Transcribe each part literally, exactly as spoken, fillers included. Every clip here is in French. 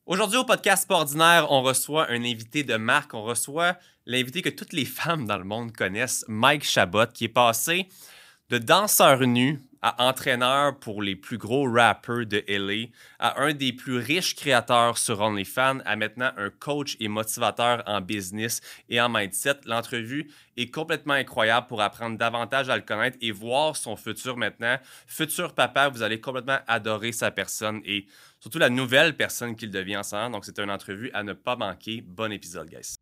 Aujourd'hui, au podcast Pas ordinaire, on reçoit un invité de marque. On reçoit l'invité que toutes les femmes dans le monde connaissent, Mike Chabot, qui est passé de danseur nu à entraîneur pour les plus gros rappers de L A, à un des plus riches créateurs sur OnlyFans, à maintenant un coach et motivateur en business et en mindset. L'entrevue est complètement incroyable pour apprendre davantage à le connaître et voir son futur maintenant. Futur papa, vous allez complètement adorer sa personne et surtout la nouvelle personne qu'il devient ensemble. Donc, c'est une entrevue à ne pas manquer. Bon épisode, guys.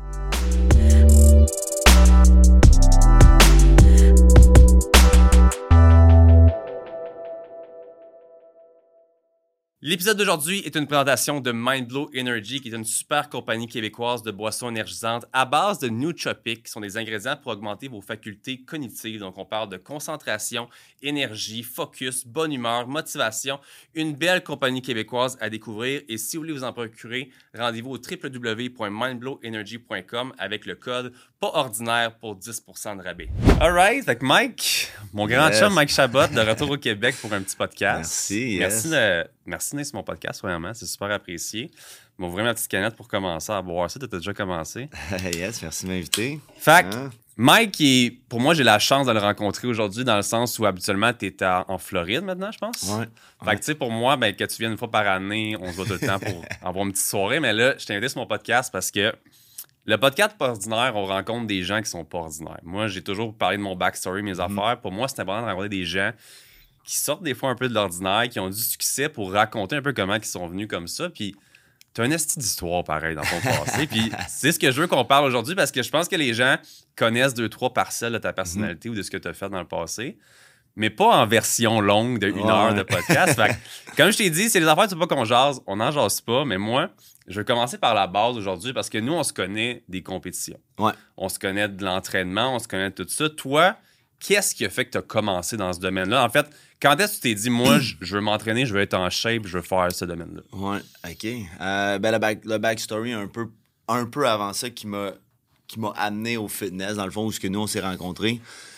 L'épisode d'aujourd'hui est une présentation de Mindblow Energy, qui est une super compagnie québécoise de boissons énergisantes à base de nootropics, qui sont des ingrédients pour augmenter vos facultés cognitives. Donc, on parle de concentration, énergie, focus, bonne humeur, motivation. Une belle compagnie québécoise à découvrir. Et si vous voulez vous en procurer, rendez-vous au w w w point mindblow energy point com avec le code pas ordinaire pour dix pour cent de rabais. All right, fait que Mike, mon grand Yes. chum Mike Chabot, de retour au Québec pour un petit podcast. Merci, Merci yes. de, merci d'être sur mon podcast, vraiment. C'est super apprécié. Bon, vraiment, ma petite canette pour commencer à boire ça. Tu as déjà commencé. Yes, merci de m'inviter. Fait que, Hein? Mike, est, pour moi, j'ai la chance de le rencontrer aujourd'hui dans le sens où habituellement, tu es en Floride maintenant, je pense. Ouais. Fait que, tu sais, pour moi, ben, que tu viennes une fois par année, on se voit tout le temps pour avoir une petite soirée. Mais là, je t'ai invité sur mon podcast parce que le podcast Pas ordinaire, on rencontre des gens qui sont pas ordinaires. Moi, j'ai toujours parlé de mon backstory, mes Mm-hmm. affaires. Pour moi, c'est important de rencontrer des gens qui sortent des fois un peu de l'ordinaire, qui ont du succès pour raconter un peu comment ils sont venus comme ça. Puis, t'as un esti d'histoire pareil dans ton passé. Puis, c'est ce que je veux qu'on parle aujourd'hui parce que je pense que les gens connaissent deux, trois parcelles de ta personnalité ou de ce que tu as fait dans le passé, mais pas en version longue de une Ouais. heure de podcast. Fait que, comme je t'ai dit, c'est les affaires, tu veux pas qu'on jase, on n'en jase pas, mais moi, je vais commencer par la base aujourd'hui parce que nous, on se connaît des compétitions. Ouais. On se connaît de l'entraînement, on se connaît de tout ça. Toi, qu'est-ce qui a fait que tu as commencé dans ce domaine-là? En fait, quand est-ce que tu t'es dit, moi, je je veux m'entraîner, je veux être en shape, je veux faire ce domaine-là? Ouais, OK. Euh, ben, le, back, le backstory un peu, un peu avant ça qui m'a, qui m'a amené au fitness, dans le fond, où ce que nous, on s'est rencontrés.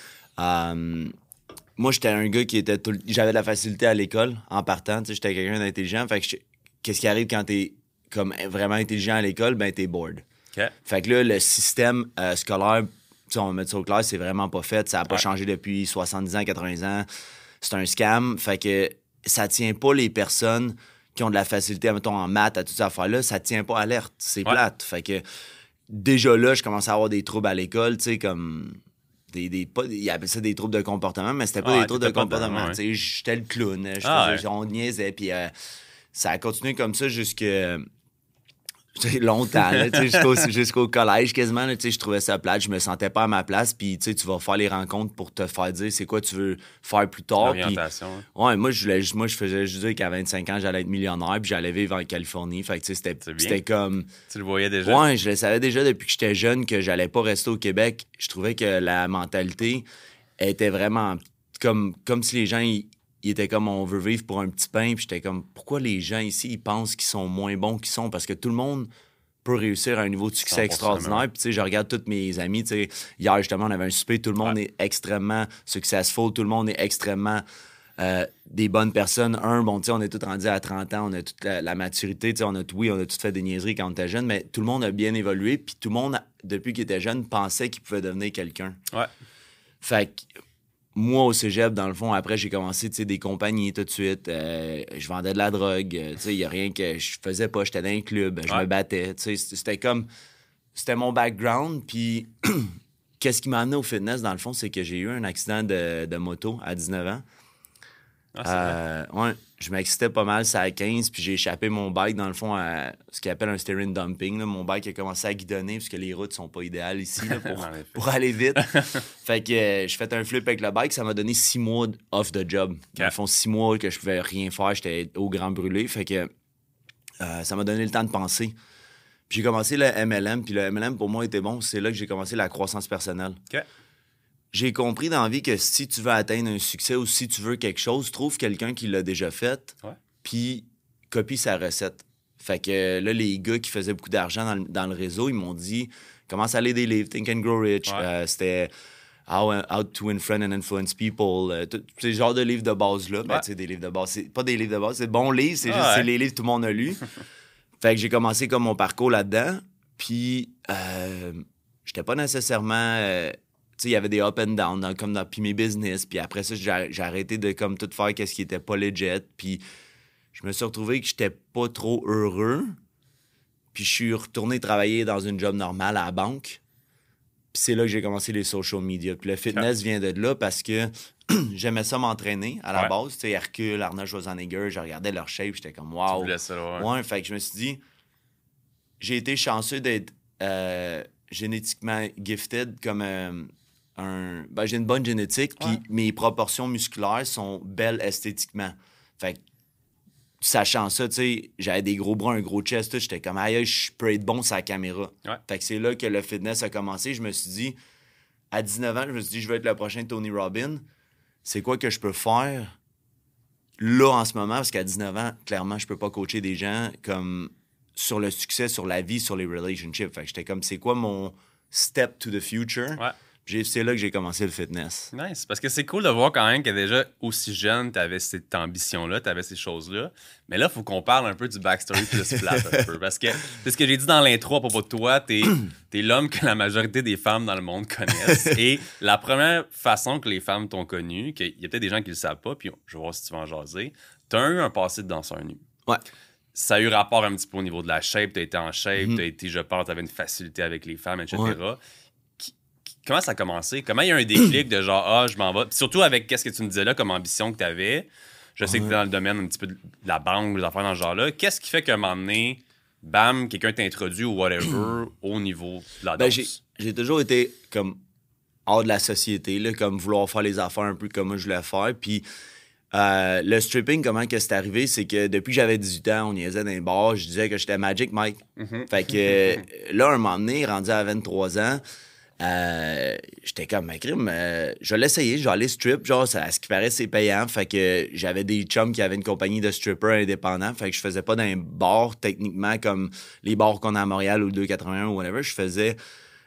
Euh, moi, j'étais un gars qui était... Tout, le- j'avais de la facilité à l'école, en partant. Tu sais, j'étais quelqu'un d'intelligent. Fait que je- qu'est-ce qui arrive quand t'es comme vraiment intelligent à l'école? Ben, t'es bored. OK. Fait que là, le système euh, scolaire, tu sais, on va mettre ça au clair, c'est vraiment pas fait. Ça a pas Ouais. changé depuis soixante-dix ans, quatre-vingts ans. C'est un scam. Fait que ça tient pas les personnes qui ont de la facilité, mettons, en maths, à toutes ces affaires-là. Ça tient pas alerte. C'est Ouais. plate. Fait que déjà là, je commençais à avoir des troubles à l'école, tu sais, comme... Des, des, pas, ils appellent ça des troubles de comportement, mais c'était pas Ah, des troubles de t'étais pas comportement. dedans, ouais. Tu sais, j'étais le clown. Je Ah, faisais, ouais. on niaisait, puis euh, ça a continué comme ça jusque... tu sais, longtemps, là, tu sais, jusqu'au, jusqu'au collège quasiment. Là, tu sais, je trouvais ça plate, je me sentais pas à ma place. Puis tu sais, tu vas faire les rencontres pour te faire dire c'est quoi tu veux faire plus tard. Puis, L'orientation. hein. ouais, moi, je voulais, moi, je faisais juste dire qu'à vingt-cinq ans, j'allais être millionnaire, puis j'allais vivre en Californie. Fait que tu sais, c'était, C'est bien. c'était comme... Tu le voyais déjà? Ouais, je le savais déjà depuis que j'étais jeune que j'allais pas rester au Québec. Je trouvais que la mentalité était vraiment comme, comme si les gens... Ils, ils étaient comme on veut vivre pour un petit pain, puis j'étais comme pourquoi les gens ici ils pensent qu'ils sont moins bons qu'ils sont, parce que tout le monde peut réussir à un niveau de succès cent pour cent, extraordinaire. Puis tu sais, je regarde tous mes amis, tu sais, hier justement on avait un souper, tout le monde Ouais. est extrêmement successful, tout le monde est extrêmement euh, des bonnes personnes. Un, bon, tu sais, on est tous rendus à trente ans, on a toute la, la maturité, tu sais, on a oui, on a tous fait des niaiseries quand on était jeune, mais tout le monde a bien évolué, puis tout le monde, depuis qu'il était jeune, pensait qu'il pouvait devenir quelqu'un. Ouais. Fait que moi, au cégep, dans le fond, après, j'ai commencé, tu sais, des compagnies tout de suite. Euh, je vendais de la drogue. euh, Tu sais, il n'y a rien que je faisais pas. J'étais dans un club, je Ouais. me battais. Tu sais, c'était comme... C'était mon background. Puis, qu'est-ce qui m'a amené au fitness, dans le fond, c'est que j'ai eu un accident de, de moto à dix-neuf ans. Ah, c'est vrai. Euh, ouais, je m'excitais pas mal, ça à quinze, puis j'ai échappé mon bike, dans le fond, à ce qu'ils appelle un steering dumping. Là. Mon bike a commencé à guidonner, parce que les routes sont pas idéales ici là, pour, En effet. pour aller vite. Fait que euh, je fait un flip avec le bike, ça m'a donné six mois d- off the job. Dans le fond, six mois que je pouvais rien faire, j'étais au grand brûlé. Fait que euh, ça m'a donné le temps de penser. Puis j'ai commencé le M L M, puis le M L M, pour moi, était bon. C'est là que j'ai commencé la croissance personnelle. OK. J'ai compris dans la vie que si tu veux atteindre un succès ou si tu veux quelque chose, trouve quelqu'un qui l'a déjà fait, Ouais. puis copie sa recette. Fait que euh, là, les gars qui faisaient beaucoup d'argent dans le, dans le réseau, ils m'ont dit commence à lire des livres, Think and Grow Rich. Ouais. Euh, c'était How, How to Win Friends and Influence People. Euh, tout- ces genres de livres de base-là. Ben, Ouais. tu sais, des livres de base. C'est pas des livres de base, c'est de bons livres, c'est Ah juste ouais. c'est les livres que tout le monde a lus. Fait que j'ai commencé comme mon parcours là-dedans. Puis, euh, j'étais pas nécessairement... Euh, tu sais, il y avait des up and down, dans, comme dans puis mes business. Puis après ça, j'ai, j'ai arrêté de comme tout faire qu'est-ce qui était pas legit. Puis je me suis retrouvé que j'étais pas trop heureux. Puis je suis retourné travailler dans une job normale à la banque. Puis c'est là que j'ai commencé les social media. Puis le fitness vient de là parce que j'aimais ça m'entraîner à la Ouais. base. Tu sais, Hercule, Arnold Schwarzenegger, je regardais leur shape, j'étais comme wow. Tu voulais ça, ouais. Ouais, fait que je me suis dit, j'ai été chanceux d'être euh, génétiquement gifted comme euh, un. Ben, j'ai une bonne génétique, puis Ouais. mes proportions musculaires sont belles esthétiquement. Fait que, sachant ça, tu sais, j'avais des gros bras, un gros chest, tout, j'étais comme, aïe, je peux être bon sur la caméra. Ouais. Fait que c'est là que le fitness a commencé. Je me suis dit, à dix-neuf ans, je me suis dit, je veux être le prochain Tony Robbins. C'est quoi que je peux faire là en ce moment? Parce qu'à dix-neuf ans, clairement, je peux pas coacher des gens comme sur le succès, sur la vie, sur les relationships. Fait que j'étais comme, c'est quoi mon step to the future? Ouais. J'ai, c'est là que j'ai commencé le fitness. Nice. Parce que c'est cool de voir quand même que déjà, aussi jeune, tu avais cette ambition-là, tu avais ces choses-là. Mais là, il faut qu'on parle un peu du backstory plus flat un peu. Parce que c'est ce que j'ai dit dans l'intro à propos de toi, t'es, t'es l'homme que la majorité des femmes dans le monde connaissent. Et la première façon que les femmes t'ont connu, qu'il y a peut-être des gens qui le savent pas, puis je vais voir si tu vas en jaser, t'as eu un passé de danseur nu. Ouais. Ça a eu rapport un petit peu au niveau de la shape, t'as été en shape, Mm-hmm. t'as été, je pense, t'avais une facilité avec les femmes, et cetera. Ouais. Comment ça a commencé? Comment il y a un déclic de genre, ah, je m'en vais? Puis surtout avec qu'est-ce que tu me disais là comme ambition que tu avais. Je sais que tu es dans le domaine un petit peu de la banque, des affaires dans ce genre-là. Qu'est-ce qui fait qu'à un moment donné, bam, quelqu'un t'introduit ou whatever au niveau de la danse? Ben, j'ai, j'ai toujours été comme hors de la société, là, comme vouloir faire les affaires un peu comme moi je voulais faire. Puis euh, le stripping, comment que c'est arrivé, c'est que depuis que j'avais dix-huit ans, on niaisait dans les bars, je disais que j'étais Magic Mike. Mhm. Fait que euh, là, un moment donné, rendu à vingt-trois ans, euh, j'étais comme, ma crime, euh, je vais l'essayer, je vais aller strip, genre, ça, à ce qui paraît, c'est payant. Fait que j'avais des chums qui avaient une compagnie de strippers indépendants. Fait que je faisais pas dans un bar, techniquement, comme les bars qu'on a à Montréal ou le deux quatre-vingt-un ou whatever. Je faisais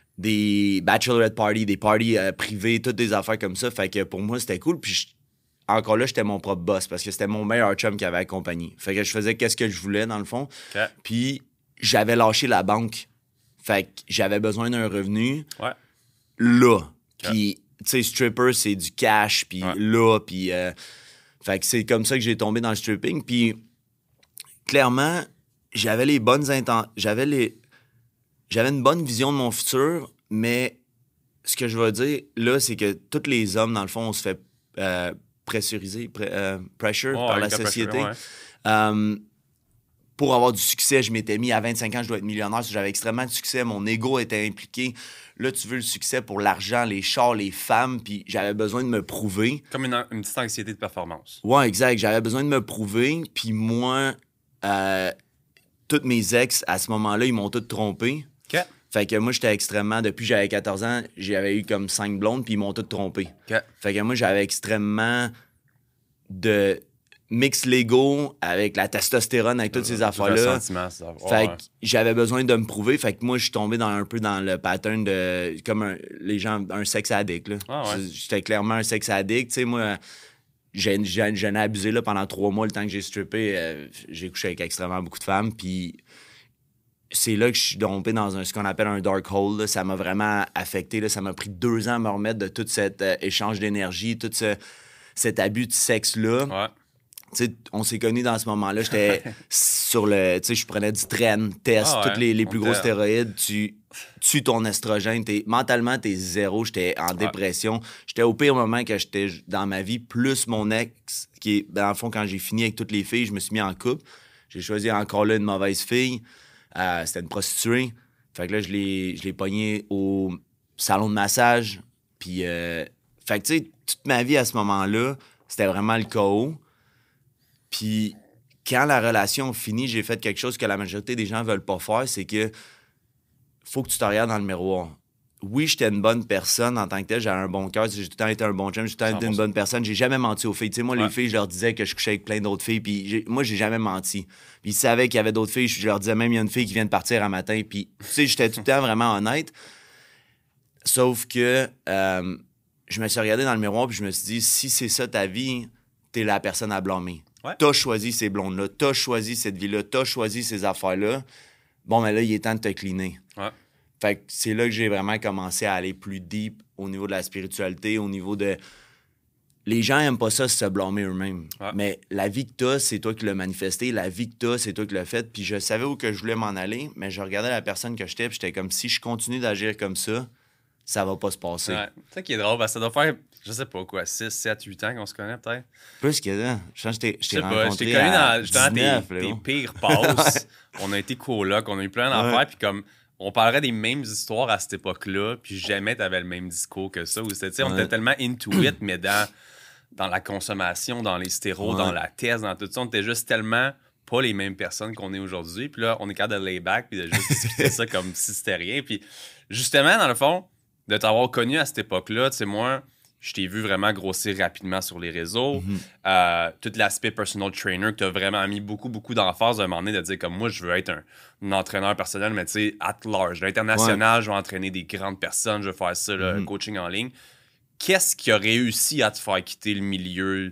des bachelorette parties, des parties euh, privées, toutes des affaires comme ça. Fait que pour moi, c'était cool. Puis je- encore là, j'étais mon propre boss parce que c'était mon meilleur chum qui avait accompagné. Fait que je faisais qu'est-ce que je voulais, dans le fond. OK. Puis j'avais lâché la banque. Fait que j'avais besoin d'un revenu Ouais. là. Puis, tu sais, stripper, c'est du cash, puis Ouais. là, puis... euh, fait que c'est comme ça que j'ai tombé dans le stripping. Puis, clairement, j'avais les bonnes intentions... J'avais les... J'avais une bonne vision de mon futur, mais ce que je veux dire, là, c'est que tous les hommes, dans le fond, on se fait euh, pressuriser, pre- euh, pressure Ouais, par ouais, la pressure, société. ouais. Euh, pour avoir du succès, je m'étais mis à vingt-cinq ans, je dois être millionnaire. Parce que j'avais extrêmement de succès. Mon ego était impliqué. Là, tu veux le succès pour l'argent, les chars, les femmes. Puis j'avais besoin de me prouver. Comme une, une petite anxiété de performance. Ouais, exact. J'avais besoin de me prouver. Puis moi, euh, toutes mes ex, à ce moment-là, ils m'ont toutes trompé. OK. Fait que moi, j'étais extrêmement... Depuis que j'avais quatorze ans, j'avais eu comme cinq blondes, puis ils m'ont toutes trompé. OK. Fait que moi, j'avais extrêmement de mix Lego avec la testostérone, avec toutes ces Tout affaires-là. ressentiment, ça. Ouais, Fait ouais. que j'avais besoin de me prouver. Fait que moi, je suis tombé dans, un peu dans le pattern de... Comme un- les gens... Un sexe addict, là. Ah ouais. J'étais clairement un sexe addict. Tu sais, moi, j'ai- j'ai- j'en ai abusé, là, pendant trois mois, le temps que j'ai strippé. euh, j'ai couché avec extrêmement beaucoup de femmes. Puis c'est là que je suis tombé dans un, ce qu'on appelle un dark hole. Là. Ça m'a vraiment affecté. Là. Ça m'a pris deux ans à me remettre de tout cet euh, échange d'énergie, tout ce- cet abus de sexe-là. Ouais. Tu sais, on s'est connus dans ce moment-là. J'étais sur le... Tu sais, je prenais du train, test, Ah ouais, tous les, les on plus gros était- stéroïdes. Tu tues ton estrogène. T'es, mentalement, t'es zéro. J'étais en dépression. J'étais au pire moment que j'étais dans ma vie, plus mon ex, qui est... Dans le fond, quand j'ai fini avec toutes les filles, je me suis mis en couple. J'ai choisi encore là une mauvaise fille. Euh, c'était une prostituée. Fait que là, je l'ai, je l'ai pogné au salon de massage. Puis, euh, fait que, tu sais, toute ma vie à ce moment-là, c'était vraiment le chaos. Puis, quand la relation finit, j'ai fait quelque chose que la majorité des gens veulent pas faire, c'est que faut que tu te regardes dans le miroir. Oui, j'étais une bonne personne en tant que tel, j'avais un bon cœur, j'ai tout le temps été un bon chum, j'ai tout le temps été une bonne personne, j'ai jamais menti aux filles. Tu sais, moi, Ouais. les filles, je leur disais que je couchais avec plein d'autres filles, puis j'ai- moi, j'ai jamais menti. Puis ils savaient qu'il y avait d'autres filles, je leur disais même, il y a une fille qui vient de partir un matin, puis tu sais, j'étais tout le temps vraiment honnête. Sauf que euh, je me suis regardé dans le miroir, puis je me suis dit, si c'est ça ta vie, t'es la personne à blâmer. Ouais. T'as choisi ces blondes-là, t'as choisi cette vie-là, t'as choisi ces affaires-là. Bon, mais là, il est temps de te cleaner. Ouais. Fait que c'est là que j'ai vraiment commencé à aller plus deep au niveau de la spiritualité, au niveau de... Les gens aiment pas ça se blâmer eux-mêmes. Ouais. Mais la vie que t'as, c'est toi qui l'as manifesté. La vie que t'as, c'est toi qui l'as faite. Puis je savais où que je voulais m'en aller, mais je regardais la personne que j'étais, puis j'étais comme, si je continue d'agir comme ça, ça va pas se passer. Ouais. C'est ça qui est drôle, parce que ça doit faire, je sais pas quoi, six, sept, huit ans qu'on se connaît, peut-être. Plus que ça. Je pense que je t'ai- je Je t'ai sais pas, je rencontré t'ai connu à dans justement dix-neuf, tes, là, tes gros. pires passes. On a été colocs, on a eu plein d'affaires, Ouais. puis comme on parlerait des mêmes histoires à cette époque-là, puis jamais t'avais le même discours que ça. Où c'était, tu sais, on Ouais. était tellement into it, mais dans, dans la consommation, dans les stéros, Ouais. dans la thèse, dans tout ça, on était juste tellement pas les mêmes personnes qu'on est aujourd'hui. Puis là, on est capable de lay back, puis de juste discuter ça comme si c'était rien. Puis justement, dans le fond, de t'avoir connu à cette époque-là, tu sais, moi, je t'ai vu vraiment grossir rapidement sur les réseaux. Mhm. Euh, tout l'aspect personal trainer que tu as vraiment mis beaucoup, beaucoup d'emphase à un moment donné de dire comme moi, je veux être un, un entraîneur personnel, mais tu sais, at large, l'international, je veux entraîner des grandes personnes, je veux faire ça, le Mhm. coaching en ligne. Qu'est-ce qui a réussi à te faire quitter le milieu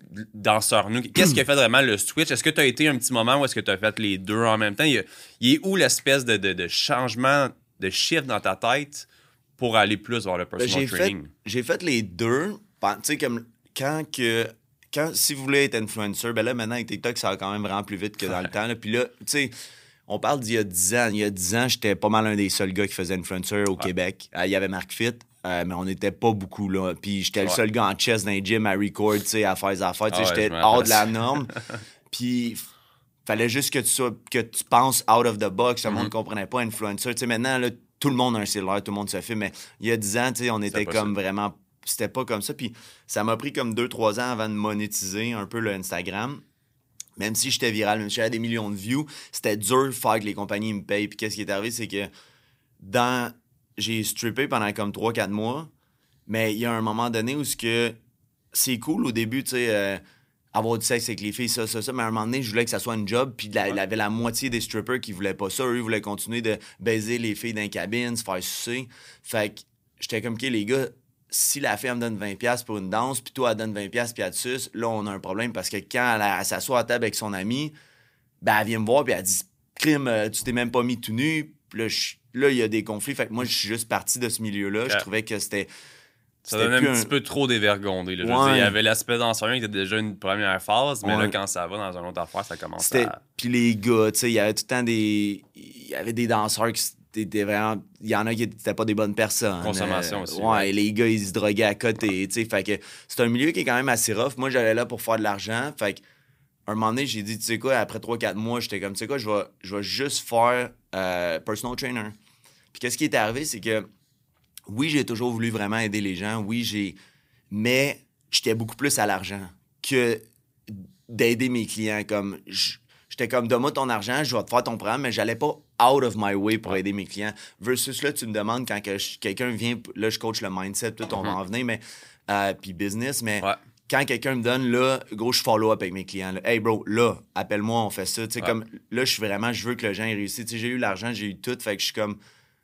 danseur nous? Qu'est-ce qui a fait vraiment le switch? Est-ce que tu as été un petit moment où est-ce que tu as fait les deux en même temps? Il, y a- il est où l'espèce de, de, de changement, de shift dans ta tête pour aller plus vers le Ben, personal j'ai fait, training? j'ai fait les deux. Tu sais, comme quand que. Quand, si vous voulez être influencer, ben là, maintenant, avec TikTok, ça va quand même vraiment plus vite que dans le temps. Là. Puis là, tu sais, on parle d'il y a dix ans. Il y a dix ans, j'étais pas mal un des seuls gars qui faisait influencer au Ouais. Québec. Euh, il y avait Marc Fit, euh, mais on n'était pas beaucoup, là. Puis j'étais le Ouais. seul gars en chess dans les gyms à record, tu sais, à faire des affaires. Tu sais, Ah ouais, j'étais je me hors rappelle de la ça. norme. Puis fallait juste que tu, sois, que tu penses out of the box. Le monde ne Mhm. comprenait pas influencer. Tu sais, maintenant, là, tout le monde a un cellulaire, tout le monde se fait. Mais il y a dix ans, tu sais, on était pas comme ça. vraiment... C'était pas comme ça. Puis ça m'a pris comme deux trois ans avant de monétiser un peu le Instagram. Même si j'étais viral, même si j'avais des millions de views, c'était dur de faire que les compagnies me payent. Puis qu'est-ce qui est arrivé, c'est que dans... j'ai strippé pendant comme trois quatre mois. Mais il y a un moment donné où ce que c'est cool au début, tu sais... euh, avoir du sexe avec les filles, ça, ça, ça. Mais à un moment donné, je voulais que ça soit une job. Puis la- il y avait la moitié des strippers qui voulaient pas ça. Eux, ils voulaient continuer de baiser les filles dans les cabines, se faire sucer. Fait que j'étais comme, OK, les gars, si la fille elle me donne vingt dollars pour une danse, puis toi, elle donne vingt dollars puis elle te suce, là, on a un problème. Parce que quand elle, elle s'assoit à table avec son ami, ben, elle vient me voir, puis elle dit, crime, euh, tu t'es même pas mis tout nu. Puis là, je- là, il y a des conflits. Fait que moi, je suis juste parti de ce milieu-là. Ok. Je trouvais que c'était. Ça c'était donnait un plus petit peu trop dévergondé. Là. Je veux Ouais. dire, il y avait l'aspect danseur qui était déjà une première phase, mais là, Ouais. quand ça va dans une autre affaire, ça commence C'était... à... Puis les gars, tu sais, il y avait tout le temps des... Il y avait des danseurs qui étaient vraiment... Il y en a qui n'étaient pas des bonnes personnes. Consommation Euh, aussi, Ouais, ouais. et les gars, ils se droguaient à côté, tu sais. Fait que c'est un milieu qui est quand même assez rough. Moi, j'allais là pour faire de l'argent. Fait que un moment donné, j'ai dit, tu sais quoi, après trois quatre mois, j'étais comme, tu sais quoi, je vais, je vais juste faire euh, personal trainer. Puis qu'est-ce qui est arrivé, c'est que oui, j'ai toujours voulu vraiment aider les gens. Oui, j'ai... Mais j'étais beaucoup plus à l'argent que d'aider mes clients. Comme j- j'étais comme, donne-moi ton argent, je vais te faire ton programme, mais j'allais pas out of my way pour Ouais. aider mes clients. Versus là, tu me demandes quand que je- quelqu'un vient, là, je coach le mindset, tout, on va en venir, mais euh, puis business, mais Ouais. quand quelqu'un me donne, là, gros, je follow up avec mes clients. Là. Hey, bro, là, appelle-moi, on fait ça. Tu sais, Ouais. comme, là, je suis vraiment, je veux que le gens ait réussi. Tu sais, j'ai eu l'argent, j'ai eu tout, fait que je suis comme,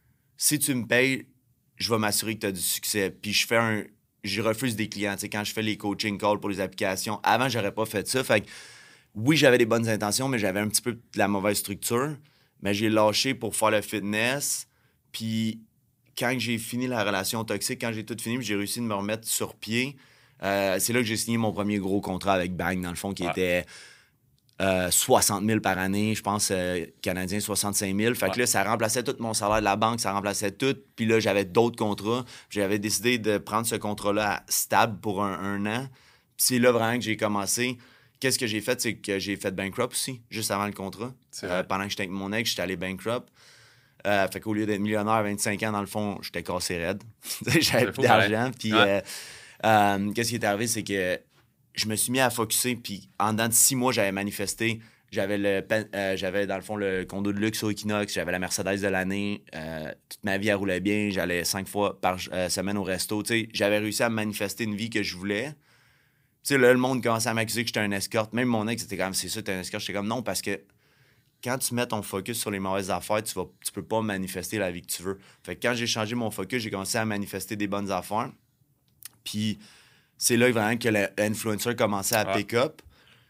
si tu me payes, je vais m'assurer que tu as du succès. Puis je fais un. Je refuse des clients. Tu sais, quand je fais les coaching calls pour les applications, avant, j'aurais pas fait ça. Fait que oui, j'avais des bonnes intentions, mais j'avais un petit peu de la mauvaise structure. Mais j'ai lâché pour faire le fitness. Puis quand j'ai fini la relation toxique, quand j'ai tout fini, puis j'ai réussi de me remettre sur pied, euh, c'est là que j'ai signé mon premier gros contrat avec Bang, dans le fond, qui Ouais. était euh, soixante mille par année, je pense, euh, canadien, soixante-cinq mille. Fait que Ouais. là, ça remplaçait tout mon salaire de la banque, ça remplaçait tout. Puis là, j'avais d'autres contrats. J'avais décidé de prendre ce contrat-là à- stable pour un, un an. Puis c'est là vraiment que j'ai commencé. Qu'est-ce que j'ai fait? C'est que j'ai fait bankrupt aussi, juste avant le contrat. C'est Euh, vrai. pendant que j'étais avec mon ex, j'étais allé bankrupt. Euh, fait qu'au lieu d'être millionnaire à vingt-cinq ans, dans le fond, j'étais cassé raide. J'avais C'est plus fou, d'argent. Puis Ouais. euh, euh, qu'est-ce qui est arrivé? C'est que je me suis mis à focusser. Puis en dedans de six mois, j'avais manifesté. J'avais, le, pen- euh, j'avais dans le fond, le condo de luxe au Equinox. J'avais la Mercedes de l'année. Euh, toute ma vie, elle roulait bien. J'allais cinq fois par euh, semaine au resto. Tu sais, j'avais réussi à manifester une vie que je voulais. Tu sais, là, le monde commençait à m'accuser que j'étais un escorte. Même mon ex était comme, c'est ça, t'es un escorte. J'étais comme, non, parce que quand tu mets ton focus sur les mauvaises affaires, tu vas, tu peux pas manifester la vie que tu veux. Fait que quand j'ai changé mon focus, j'ai commencé à manifester des bonnes affaires. Puis c'est là vraiment que l'influencer commençait à Ouais. pick up.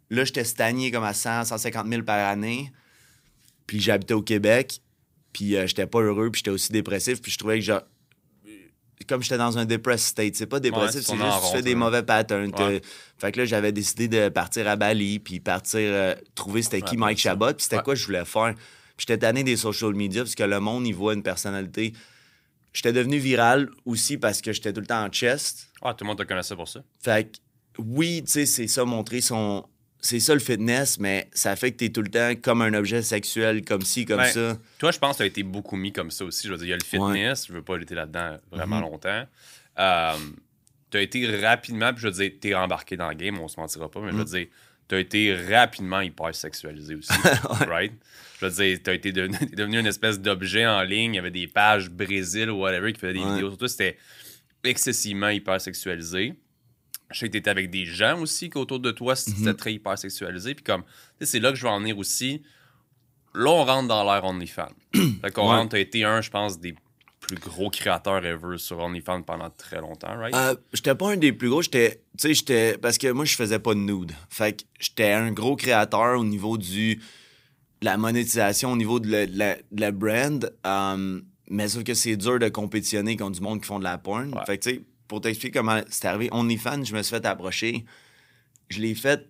là, j'étais stagné comme à cent, cent cinquante mille par année. Puis j'habitais au Québec. Puis euh, j'étais pas heureux. Puis j'étais aussi dépressif. Puis je trouvais que, genre, comme j'étais dans un depressed state, c'est pas dépressif, Ouais, c'est tu juste tournes en que tu rond, fais des ça. mauvais patterns. Que... Ouais. Fait que là, j'avais décidé de partir à Bali, puis partir euh, trouver c'était qui Ouais, Mike ça. Chabot, puis c'était Ouais. quoi je voulais faire. Puis j'étais tanné des social media, parce que le monde, il voit une personnalité. J'étais devenu viral aussi parce que j'étais tout le temps en chest. Ah, tout le monde te connaissait pour ça. Fait que, oui, tu sais, c'est ça, montrer son... C'est ça le fitness, mais ça fait que t'es tout le temps comme un objet sexuel, comme ci, comme Ben, ça. Toi, je pense que tu as été beaucoup mis comme ça aussi. Je veux dire, il y a le fitness, je veux pas être là-dedans vraiment Mhm. longtemps. Euh, tu as été rapidement, puis je veux dire, tu es embarqué dans le game, on se mentira pas, mais je veux dire, tu as été rapidement hyper sexualisé aussi. Right? Je veux dire, tu as été devenu, t'es devenu une espèce d'objet en ligne. Il y avait des pages Brésil ou whatever qui faisaient des Ouais. vidéos. Surtout, c'était excessivement hyper sexualisé. Je sais que tu étais avec des gens aussi qu'autour de toi, c'était Mhm. très hyper sexualisé. Puis comme, tu sais, c'est là que je veux en venir aussi. Là, on rentre dans l'ère OnlyFans. Fait qu'on Ouais. rentre, t'as été un, je pense, des plus gros créateurs ever sur OnlyFans pendant très longtemps, right? Euh, j'étais pas un des plus gros, j'étais, tu sais, j'étais, parce que moi, je faisais pas de nude. Fait que j'étais un gros créateur au niveau du, de la monétisation, au niveau de la, de la, de la brand. Um, mais sauf que c'est dur de compétitionner contre du monde qui font de la porn. Ouais. Fait que, tu sais, pour t'expliquer comment c'est arrivé, OnlyFans, je me suis fait approcher. Je l'ai fait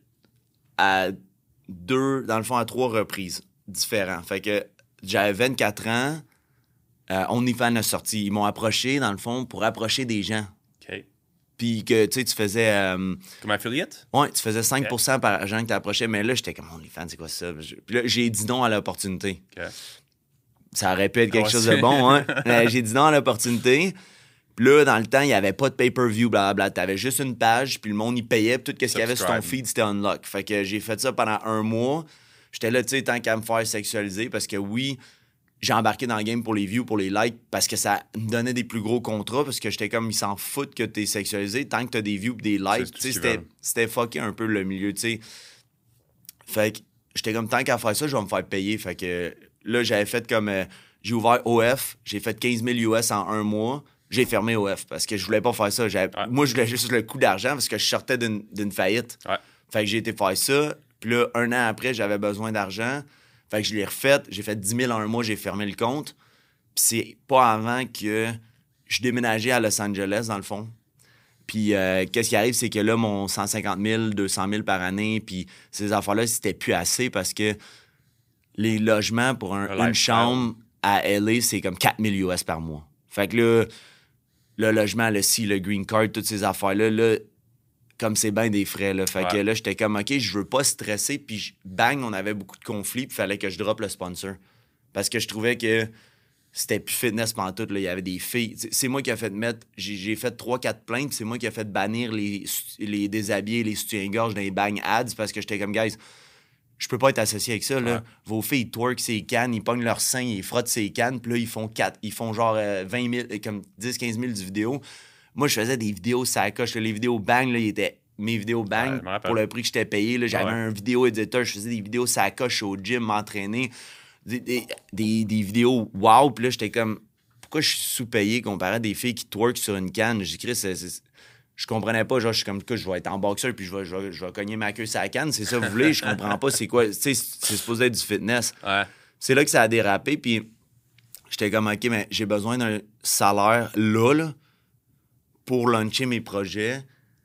à deux, dans le fond, à trois reprises différentes. Fait que j'avais vingt-quatre ans, euh, OnlyFans a sorti. Ils m'ont approché, dans le fond, pour approcher des gens. OK. Puis que, tu sais, tu faisais... euh, Comme affiliate? ouais, tu faisais cinq pour cent par agent que t'approchais, mais là, j'étais comme OnlyFans, c'est quoi ça? Je- Puis là, j'ai dit non à l'opportunité. OK. Ça aurait pu être quelque Ouais, chose c'est- de bon, hein? Mais j'ai dit non à l'opportunité. Puis là, dans le temps, il n'y avait pas de pay-per-view, blablabla. T'avais juste une page, puis le monde, il payait, puis tout ce qu'il y avait sur ton Subscribe. feed, c'était unlock. Fait que j'ai fait ça pendant un mois. J'étais là, tu sais, tant qu'à me faire sexualiser, parce que oui, j'ai embarqué dans le game pour les views, pour les likes, parce que ça me donnait des plus gros contrats, parce que j'étais comme, ils s'en foutent que t'es sexualisé, tant que t'as des views et des likes, C'est tout tu sais, ce qu'ils c'était, veulent. c'était fucké un peu le milieu, tu sais. Fait que j'étais comme, tant qu'à faire ça, je vais me faire payer. Fait que là, j'avais fait comme, euh, j'ai ouvert O F, j'ai fait quinze mille U S en un mois, j'ai fermé O F, parce que je voulais pas faire ça. J'avais- Ouais. Moi, je voulais juste le coup d'argent, parce que je sortais d'une, d'une faillite. Ouais. Fait que j'ai été faire ça. Puis là, un an après, j'avais besoin d'argent. Fait que je l'ai refait. J'ai fait dix mille en un mois, j'ai fermé le compte. Puis c'est pas avant que je déménageais à Los Angeles, dans le fond. Puis euh, qu'est-ce qui arrive, c'est que là, mon cent cinquante mille, deux cent mille par année, puis ces affaires-là, c'était plus assez parce que les logements pour un- Un une lifestyle. chambre à L A, c'est comme quatre mille U S par mois. Fait que là, le logement, le C, le green card, toutes ces affaires-là, là, comme c'est bien des frais, là. Fait Ouais. que là, j'étais comme, OK, je veux pas stresser. Puis je- bang, on avait beaucoup de conflits. Puis il fallait que je drop le sponsor. Parce que je trouvais que c'était plus fitness pantoute, là. Il y avait des filles. C'est- C'est moi qui ai fait mettre... J'ai j'ai fait trois quatre plaintes. Puis c'est moi qui ai fait bannir les, les déshabillés, les soutiens-gorge dans les bang ads. Parce que j'étais comme, guys, je peux pas être associé avec ça, là. Ouais. Vos filles, ils twerk ses cannes, ils pognent leurs seins, ils frottent ses cannes. Puis là, ils font quatre... Ils font genre euh, vingt mille, euh, comme dix quinze mille de vidéos. Moi, je faisais des vidéos sacoches. Les vidéos bang, là, ils étaient... Mes vidéos Ouais, bang, je me rappelle. pour le prix que j'étais payé, là, j'avais Ouais. un vidéo éditeur, je faisais des vidéos sacoches au gym, m'entraîner, des, des, des, des vidéos wow. Puis là, j'étais comme, pourquoi je suis sous-payé comparé à des filles qui twerk sur une canne? J'ai écrit, c'est, c'est- je comprenais pas. Genre, je suis comme, écoute, je vais être en boxeur puis je vais, je vais, je vais cogner ma queue sur la canne. C'est ça que vous voulez? Je comprends pas. C'est quoi? Tu sais, c'est supposé être du fitness. Ouais. C'est là que ça a dérapé. Puis j'étais comme, OK, mais j'ai besoin d'un salaire là, là pour lancer mes projets.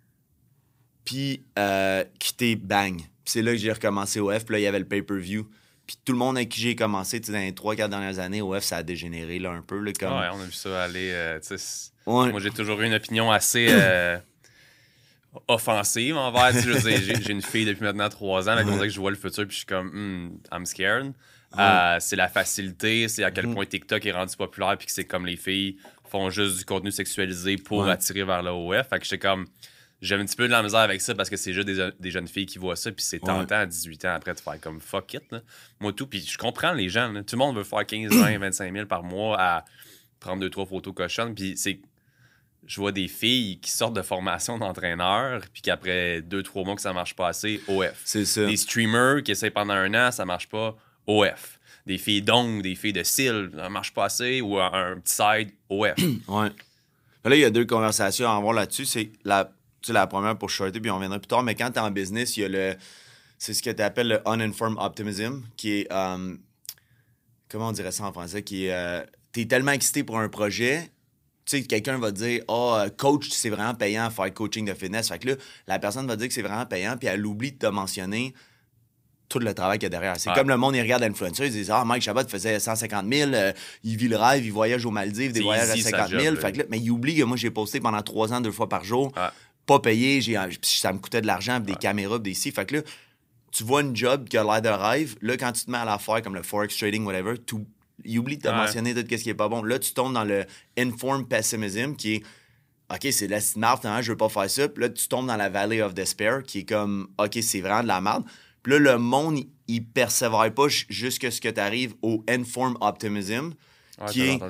Puis euh, quitter bang. Puis c'est là que j'ai recommencé O F. Puis là, il y avait le pay-per-view. Puis tout le monde avec qui j'ai commencé, tu sais, dans les trois quatre dernières années, O F, ça a dégénéré là, un peu. Là, comme... Ah ouais, on a vu ça aller. euh, tu sais, c'est- Ouais. Moi, j'ai toujours eu une opinion assez euh, offensive envers. Tu sais, je veux dire, j'ai, j'ai une fille depuis maintenant trois ans, mais on dirait que je vois le futur, puis je suis comme, hmm, I'm scared. Euh, c'est la facilité, c'est à quel Mhm. point TikTok est rendu populaire, puis que c'est comme les filles font juste du contenu sexualisé pour Ouais. attirer vers le O F. Fait que j'étais comme. J'ai un petit peu de la misère avec ça parce que c'est juste des, des jeunes filles qui voient ça, puis c'est tentant à dix-huit ans après de faire comme fuck it. Là. Moi, tout. Puis je comprends les gens. Là. Tout le monde veut faire quinze, vingt, vingt-cinq mille par mois à prendre deux, trois photos cochonnes. Puis c'est. Je vois des filles qui sortent de formation d'entraîneur, puis qu'après deux, trois mois que ça marche pas assez, O F. C'est ça. Des streamers qui essayent pendant un an, ça marche pas, O F. Des filles d'ongles, des filles de cils, ça marche pas assez, ou un, un petit side, O F. Ouais. Là, il y a deux conversations à avoir là-dessus. C'est la, tu sais, la première pour shorter, puis on reviendra plus tard. Mais quand t'es en business, il y a le. Tu c'est ce que tu appelles le uninformed optimism, qui est, um, comment on dirait ça en français, qui est, euh, t'es tellement excité pour un projet, tu sais, quelqu'un va te dire, ah, oh, coach, c'est vraiment payant à faire coaching de fitness. Fait que là, la personne va dire que c'est vraiment payant, puis elle oublie de te mentionner tout le travail qu'il y a derrière. C'est ouais. comme le monde, il regarde l'influencer, ils disent, ah, Mike Chabot faisait cent cinquante mille, euh, il vit le rêve, il voyage aux Maldives, des c'est voyages à cinquante mille. Fait que là, mais il oublie que moi, j'ai posté pendant trois ans, deux fois par jour, ouais. pas payé, j'ai, ça me coûtait de l'argent, des ouais. caméras, des ci. Fait que là, tu vois une job qui a l'air de rêve, là, quand tu te mets à la faire, comme le forex trading, whatever, tu il oublie de te ouais. mentionner tout ce qui est pas bon. Là, tu tombes dans le informed pessimism, qui est OK, c'est la merde, hein, je veux pas faire ça. Puis là, tu tombes dans la valley of despair, qui est comme OK, c'est vraiment de la merde. Puis là, le monde, il, il persévère pas jusqu'à ce que tu arrives au informed optimism, ouais, qui est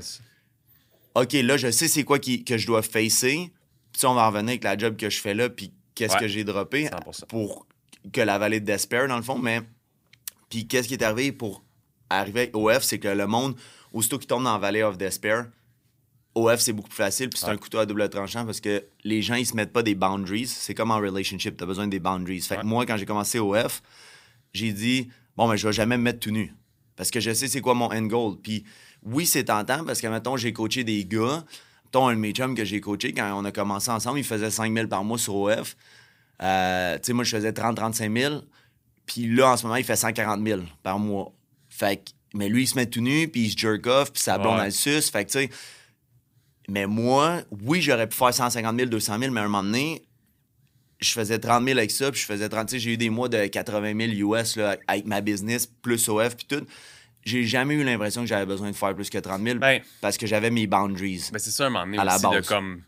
OK, là, je sais c'est quoi qui, que je dois facer. Puis on va revenir avec la job que je fais là, puis qu'est-ce ouais. que j'ai droppé cent pour cent pour que la vallée de despair, dans le fond. Mais puis qu'est-ce qui est arrivé pour arriver au F, c'est que le monde, aussitôt qu'il tombe dans la valley of despair, O F, c'est beaucoup plus facile, puis c'est ouais. un couteau à double tranchant parce que les gens, ils se mettent pas des boundaries. C'est comme en relationship, tu as besoin des boundaries. Fait que ouais. moi, quand j'ai commencé O F, j'ai dit, bon, mais je vais jamais me mettre tout nu parce que je sais c'est quoi mon end goal. Puis oui, c'est tentant parce que, mettons, j'ai coaché des gars. Mettons, un de mes chums que j'ai coaché, quand on a commencé ensemble, il faisait cinq mille par mois sur O F. Euh, tu sais, moi, je faisais trente à trente-cinq mille. Puis là, en ce moment, il fait cent quarante mille par mois. Fait que, mais lui, il se met tout nu, puis il se jerk off, puis sa blonde, ouais. elle suce. Fait que, tu sais, mais moi, oui, j'aurais pu faire cent cinquante mille, deux cent mille, mais à un moment donné, je faisais trente mille avec ça, puis je faisais trente, tu sais, j'ai eu des mois de quatre-vingt mille U S là, avec ma business, plus O F, puis tout. J'ai jamais eu l'impression que j'avais besoin de faire plus que trente mille ben, parce que j'avais mes boundaries. Ben c'est ça, un moment donné aussi, de comme...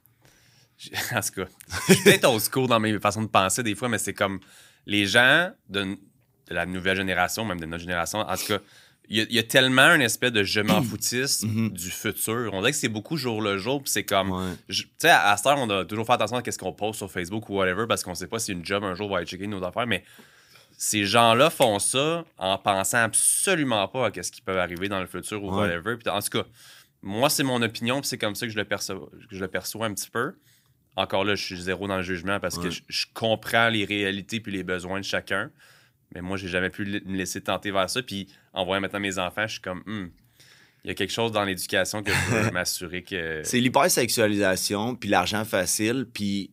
En tout cas, je suis peut-être au secours dans mes façons de penser des fois, mais c'est comme les gens de, de la nouvelle génération, même de notre génération, en tout cas, il y, y a tellement un espèce de je m'en foutiste mm-hmm. du futur. On dirait que c'est beaucoup jour le jour, puis c'est comme... Ouais. Tu sais, à, à cette heure, on doit toujours faire attention à ce qu'on poste sur Facebook ou whatever, parce qu'on sait pas si une job un jour va aller checker nos affaires, mais ces gens-là font ça en pensant absolument pas à ce qui peut arriver dans le futur ou ouais. whatever. Puis, en tout cas, moi, c'est mon opinion, puis c'est comme ça que je le perçois, que je le perçois un petit peu. Encore là, je suis zéro dans le jugement parce ouais. que je, je comprends les réalités puis les besoins de chacun. Mais moi, j'ai jamais pu me laisser tenter vers ça. Puis en voyant maintenant mes enfants, je suis comme, il hmm, y a quelque chose dans l'éducation que je veux m'assurer que... C'est l'hypersexualisation, puis l'argent facile. Puis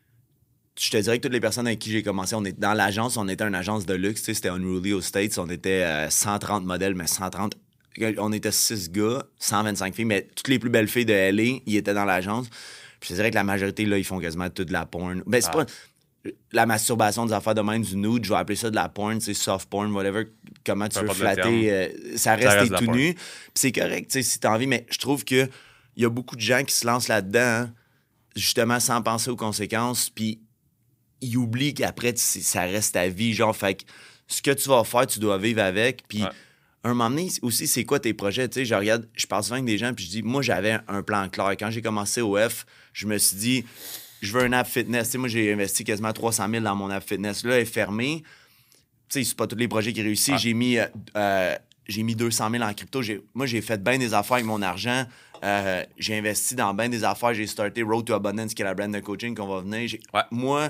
je te dirais que toutes les personnes avec qui j'ai commencé, on est dans l'agence, on était une agence de luxe. Tu sais, c'était Unruly aux States. On était euh, cent trente modèles, mais cent trente... On était six gars, cent vingt-cinq filles, mais toutes les plus belles filles de L A, ils étaient dans l'agence. Puis je te dirais que la majorité, là, ils font quasiment toute de la porn. Ben, c'est ah. pas... La masturbation, des affaires de même, du nude, je vais appeler ça de la porn, c'est soft porn, whatever, comment tu veux flatter, euh, ça reste, ça reste tout nu. Puis c'est correct, tu sais, si t'as envie, mais je trouve qu'il y a beaucoup de gens qui se lancent là-dedans, hein, justement, sans penser aux conséquences, puis ils oublient qu'après, ça reste ta vie, genre, fait que ce que tu vas faire, tu dois vivre avec, puis... Ouais. Un moment donné, aussi, c'est quoi tes projets? Tu sais, je regarde, je parle souvent avec des gens, puis je dis, moi, j'avais un plan clair. Quand j'ai commencé au F, je me suis dit, je veux un app fitness. Tu sais, moi, j'ai investi quasiment trois cent mille dans mon app fitness. Là, elle est fermée. Tu sais, c'est pas tous les projets qui réussissent. Ah. J'ai mis, euh, j'ai mis deux cent mille en crypto. J'ai, moi, j'ai fait bien des affaires avec mon argent. Euh, j'ai investi dans bien des affaires. J'ai starté Road to Abundance, qui est la brand de coaching qu'on va venir. J'ai... Ouais. Moi,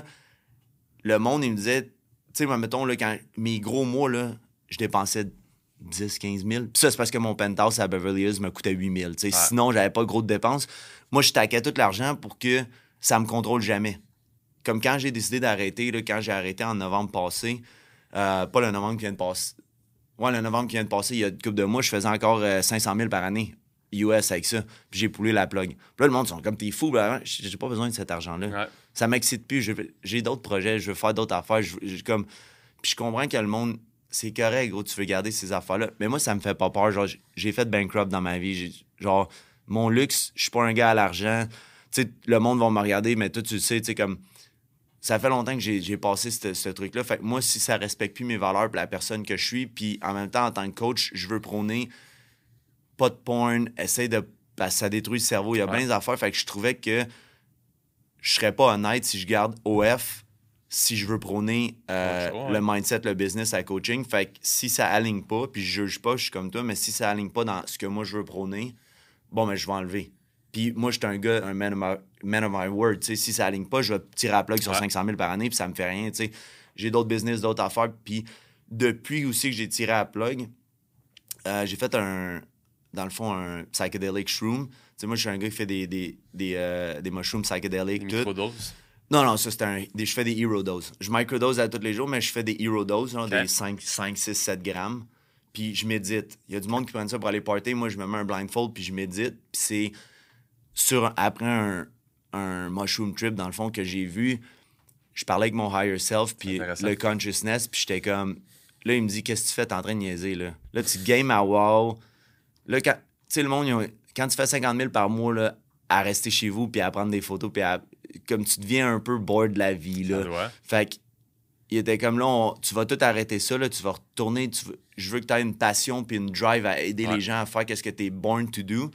le monde, il me disait, tu sais, mettons, là, quand mes gros mois, là, je dépensais dix, quinze mille. Puis ça, c'est parce que mon penthouse à Beverly Hills me coûtait huit mille. Ouais. Sinon, j'avais pas gros de dépenses. Moi, je taquais tout l'argent pour que ça me contrôle jamais. Comme quand j'ai décidé d'arrêter, là, quand j'ai arrêté en novembre passé, euh, pas le novembre qui vient de passer. Ouais, le novembre qui vient de passer, il y a une couple de mois, je faisais encore euh, cinq cent mille par année U S avec ça. Puis j'ai poulé la plug. Puis là, le monde sont comme, t'es fou. Ben, j'ai pas besoin de cet argent-là. Ouais. Ça m'excite plus. Je, j'ai d'autres projets. Je veux faire d'autres affaires. Je, je, comme... Puis je comprends que le monde... C'est correct, gros, tu veux garder ces affaires-là. Mais moi, ça me fait pas peur. Genre, j'ai fait bankrupt dans ma vie. J'ai, genre, mon luxe, je suis pas un gars à l'argent. Tu sais, le monde va me regarder, mais toi, tu le sais, tu sais, comme... Ça fait longtemps que j'ai, j'ai passé ce, ce truc-là. Fait que moi, si ça respecte plus mes valeurs pis la personne que je suis, puis en même temps, en tant que coach, je veux prôner pas de porn, essayer de... Parce que ça détruit le cerveau. Il y a ouais. bien des affaires. Fait que je trouvais que je serais pas honnête si je garde O F... si je veux prôner euh, ouais. le mindset, le business à coaching. Fait que si ça aligne pas, puis je juge pas, je suis comme toi, mais si ça aligne pas dans ce que moi je veux prôner, bon, mais ben, je vais enlever. Puis moi, je suis un gars, un man of my, man of my word. T'sais, si ça aligne pas, je vais tirer à la plug sur ouais. cinq cent mille par année, puis ça me fait rien. T'sais. j'ai d'autres business, d'autres affaires. Puis depuis aussi que j'ai tiré à la plug, euh, j'ai fait un, dans le fond, un psychedelic shroom. Tu sais, moi, je suis un gars qui fait des, des, des, euh, des mushrooms psychedelic. Une microdose? Non, non, ça, c'est un... Des, je fais des hero doses. Je microdose à tous les jours, mais je fais des hero doses, genre, okay. des cinq, six, sept grammes. Puis je médite. Il y a du monde qui prend ça pour aller party. Moi, je me mets un blindfold, puis je médite. Puis c'est sur, après un, un mushroom trip, dans le fond, que j'ai vu, je parlais avec mon higher self, puis le consciousness, puis j'étais comme... Là, il me dit, qu'est-ce que tu fais? T'es en train de niaiser, là. Là, tu games à wow. Là, quand... Tu sais, le monde, ont... quand tu fais cinquante mille par mois, là, à rester chez vous, puis à prendre des photos, puis à... Comme tu deviens un peu bored de la vie, là. Ça fait que... Il était comme là, on... tu vas tout arrêter ça, là, tu vas retourner, tu veux... je veux que tu aies une passion puis une drive à aider ouais. les gens à faire qu'est-ce que tu es born to do.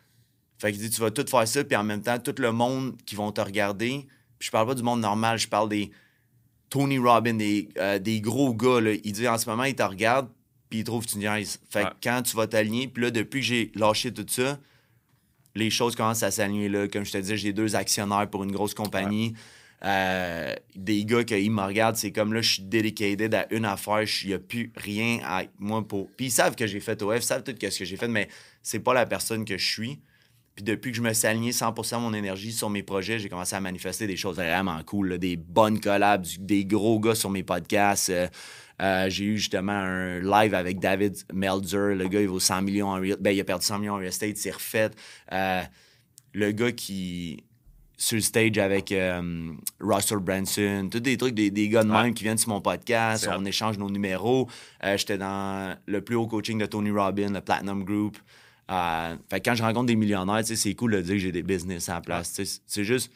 Fait qu'il dit, tu vas tout faire ça, puis en même temps, tout le monde qui vont te regarder, puis je parle pas du monde normal, je parle des Tony Robbins, des, euh, des gros gars, là. Il dit, en ce moment, ils te regardent, puis ils trouvent que tu niaises. Fait que ouais. quand tu vas t'aligner, puis là, depuis que j'ai lâché tout ça, les choses commencent à s'aligner, là. Comme je te disais, j'ai deux actionnaires pour une grosse compagnie. Ouais. Euh, des gars qui me regardent, c'est comme là, je suis dedicated à une affaire, il n'y a plus rien à moi pour. Puis ils savent que j'ai fait O F, ils savent tout ce que j'ai fait, mais c'est pas la personne que je suis. Puis depuis que je me suis aligné cent pour cent de mon énergie sur mes projets, j'ai commencé à manifester des choses vraiment cool, là, des bonnes collabs, des gros gars sur mes podcasts. Euh, euh, j'ai eu justement un live avec David Meltzer, le gars, il vaut cent millions en real... Ben, il a perdu cent millions en real estate, c'est refait. Euh, le gars qui... sur le stage avec euh, Russell Branson, tous des trucs, des, des gars de même ouais. qui viennent sur mon podcast, c'est on hâte. Échange nos numéros. Euh, j'étais dans le plus haut coaching de Tony Robbins, le Platinum Group. Euh, fait que quand je rencontre des millionnaires, c'est cool de dire que j'ai des business à la place. Ouais. C'est juste,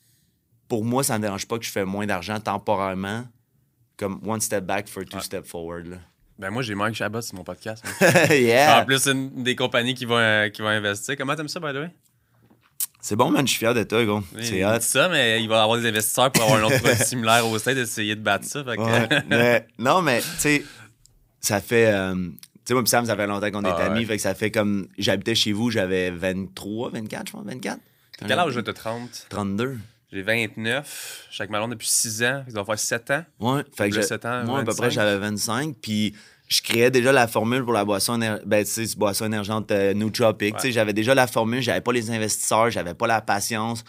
pour moi, ça ne me dérange pas que je fais moins d'argent temporairement, comme one step back for two ouais. step forward. Là. Ben moi, j'ai Mike Chabot sur mon podcast. yeah. En plus, une des compagnies qui vont, euh, qui vont investir. Comment t'aimes ça, by the way? C'est bon, man, je suis fier de toi, gros. Oui, c'est hot. ça, mais il va y avoir des investisseurs pour avoir un autre produit similaire au stade d'essayer de battre ça. Fait que... ouais, mais, non, mais, tu sais, ça fait... Euh, tu sais, moi, pis Sam, ça fait longtemps qu'on est ah, amis. Ouais. Fait que ça fait comme... J'habitais chez vous, j'avais vingt-trois, vingt-quatre, je pense, vingt-quatre. Quel âge j'ai trente? trente-deux. J'ai vingt-neuf. Je suis avec ma blonde depuis six ans. Ça va faire sept ans. Ouais, fait que sept ans, moi, à peu près, j'avais vingt-cinq. Puis je créais déjà la formule pour la boisson, éner... ben, tu sais, boisson énergente euh, nootropic. Ouais. J'avais déjà la formule, j'avais pas les investisseurs, j'avais pas la patience.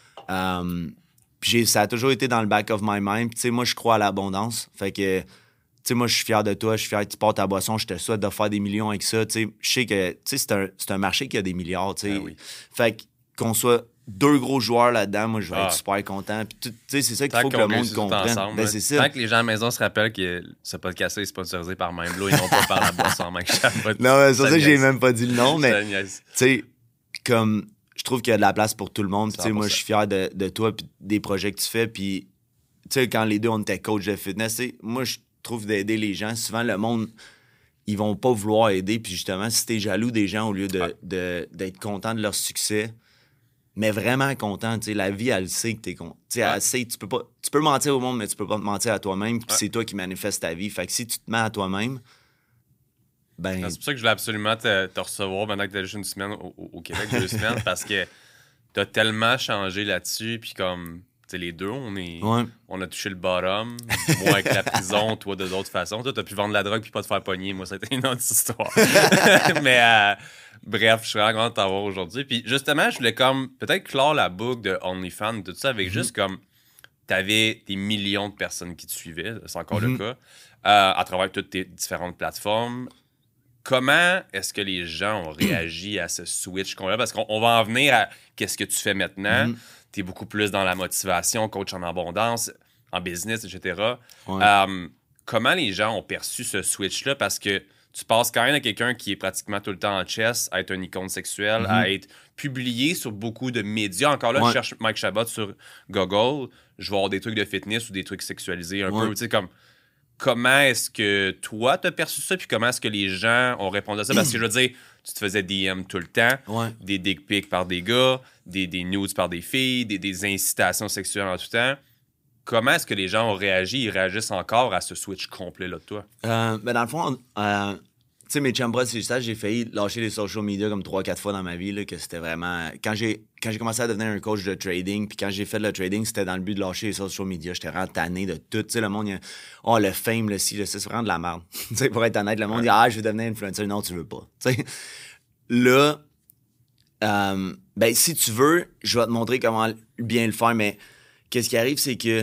Um, puis ça a toujours été dans le back of my mind. Puis moi, je crois à l'abondance. Fait que, tu sais, moi, je suis fier de toi, je suis fier que tu portes ta boisson, je te souhaite de faire des millions avec ça. Tu sais, je sais que c'est un, un marché qui a des milliards. Tu sais. Ben oui. Fait que, qu'on soit deux gros joueurs là-dedans, moi, je vais ah. être super content. Puis, tu sais, c'est ça qu'il faut que le monde comprenne. Ben, c'est ça. Tant que les gens à la maison se rappellent que ce podcast est sponsorisé par Mindblow et non pas par la boisson Mike Chabot. Non, mais c'est ça que j'ai même pas dit le nom, mais tu sais, comme je trouve qu'il y a de la place pour tout le monde. Puis, moi, je suis fier de, de toi et des projets que tu fais. Puis, tu sais, quand les deux, on était coach de fitness, moi, je trouve d'aider les gens. Souvent, le monde, ils vont pas vouloir aider. Puis, justement, si t'es jaloux des gens au lieu de, ouais. de, d'être content de leur succès, mais vraiment content, tu sais, la vie, elle sait que t'es content. Tu sais, elle sait, tu peux pas, tu peux mentir au monde, mais tu peux pas te mentir à toi-même, puis ouais. c'est toi qui manifestes ta vie. Fait que si tu te mets à toi-même, ben... C'est pour ça que je voulais absolument te, te recevoir maintenant que t'as juste une semaine au, au Québec, deux semaines, parce que t'as tellement changé là-dessus, puis comme, tu sais, les deux, on est, ouais. on a touché le bottom, moi avec la prison, toi de d'autres façons. Toi, t'as pu vendre de la drogue puis pas te faire pogner, moi, c'était une autre histoire. mais... Euh, Bref, je suis vraiment content de t'avoir aujourd'hui. Puis justement, je voulais comme peut-être clore la boucle de OnlyFans, tout ça, avec mm-hmm. juste comme t'avais des millions de personnes qui te suivaient, c'est encore mm-hmm. le cas, euh, à travers toutes tes différentes plateformes. Comment est-ce que les gens ont réagi à ce switch qu'on a? Parce qu'on va en venir à qu'est-ce que tu fais maintenant. Mm-hmm. T'es beaucoup plus dans la motivation, coach en abondance, en business, et cetera. Ouais. Euh, comment les gens ont perçu ce switch-là? Parce que tu passes quand même à quelqu'un qui est pratiquement tout le temps en chess, à être une icône sexuelle, mm-hmm. à être publié sur beaucoup de médias. Encore là, ouais. je cherche Mike Chabot sur Google, je vais avoir des trucs de fitness ou des trucs sexualisés un ouais. peu. Tu sais, comme, comment est-ce que toi, t'as perçu ça, puis comment est-ce que les gens ont répondu à ça? Parce que je veux dire, tu te faisais D M tout le temps, ouais. des dick pics par des gars, des, des nudes par des filles, des, des incitations sexuelles en tout temps. Comment est-ce que les gens ont réagi? Ils réagissent encore à ce switch complet-là de toi? Euh, ben dans le fond, euh, tu sais, mes chambres, c'est ça, j'ai failli lâcher les social media comme trois quatre fois dans ma vie, là, que c'était vraiment... Quand j'ai quand j'ai commencé à devenir un coach de trading, puis quand j'ai fait le trading, c'était dans le but de lâcher les social media. J'étais vraiment tanné de tout. Tu sais, le monde, il y a... Oh, le fame, le ci, le ça, c'est vraiment de la merde. Tu sais, pour être honnête, le monde ouais. dit « Ah, je vais devenir influencer. » Non, tu veux pas. Tu sais, là, euh, ben, si tu veux, je vais te montrer comment bien le faire, mais qu'est-ce qui arrive, c'est que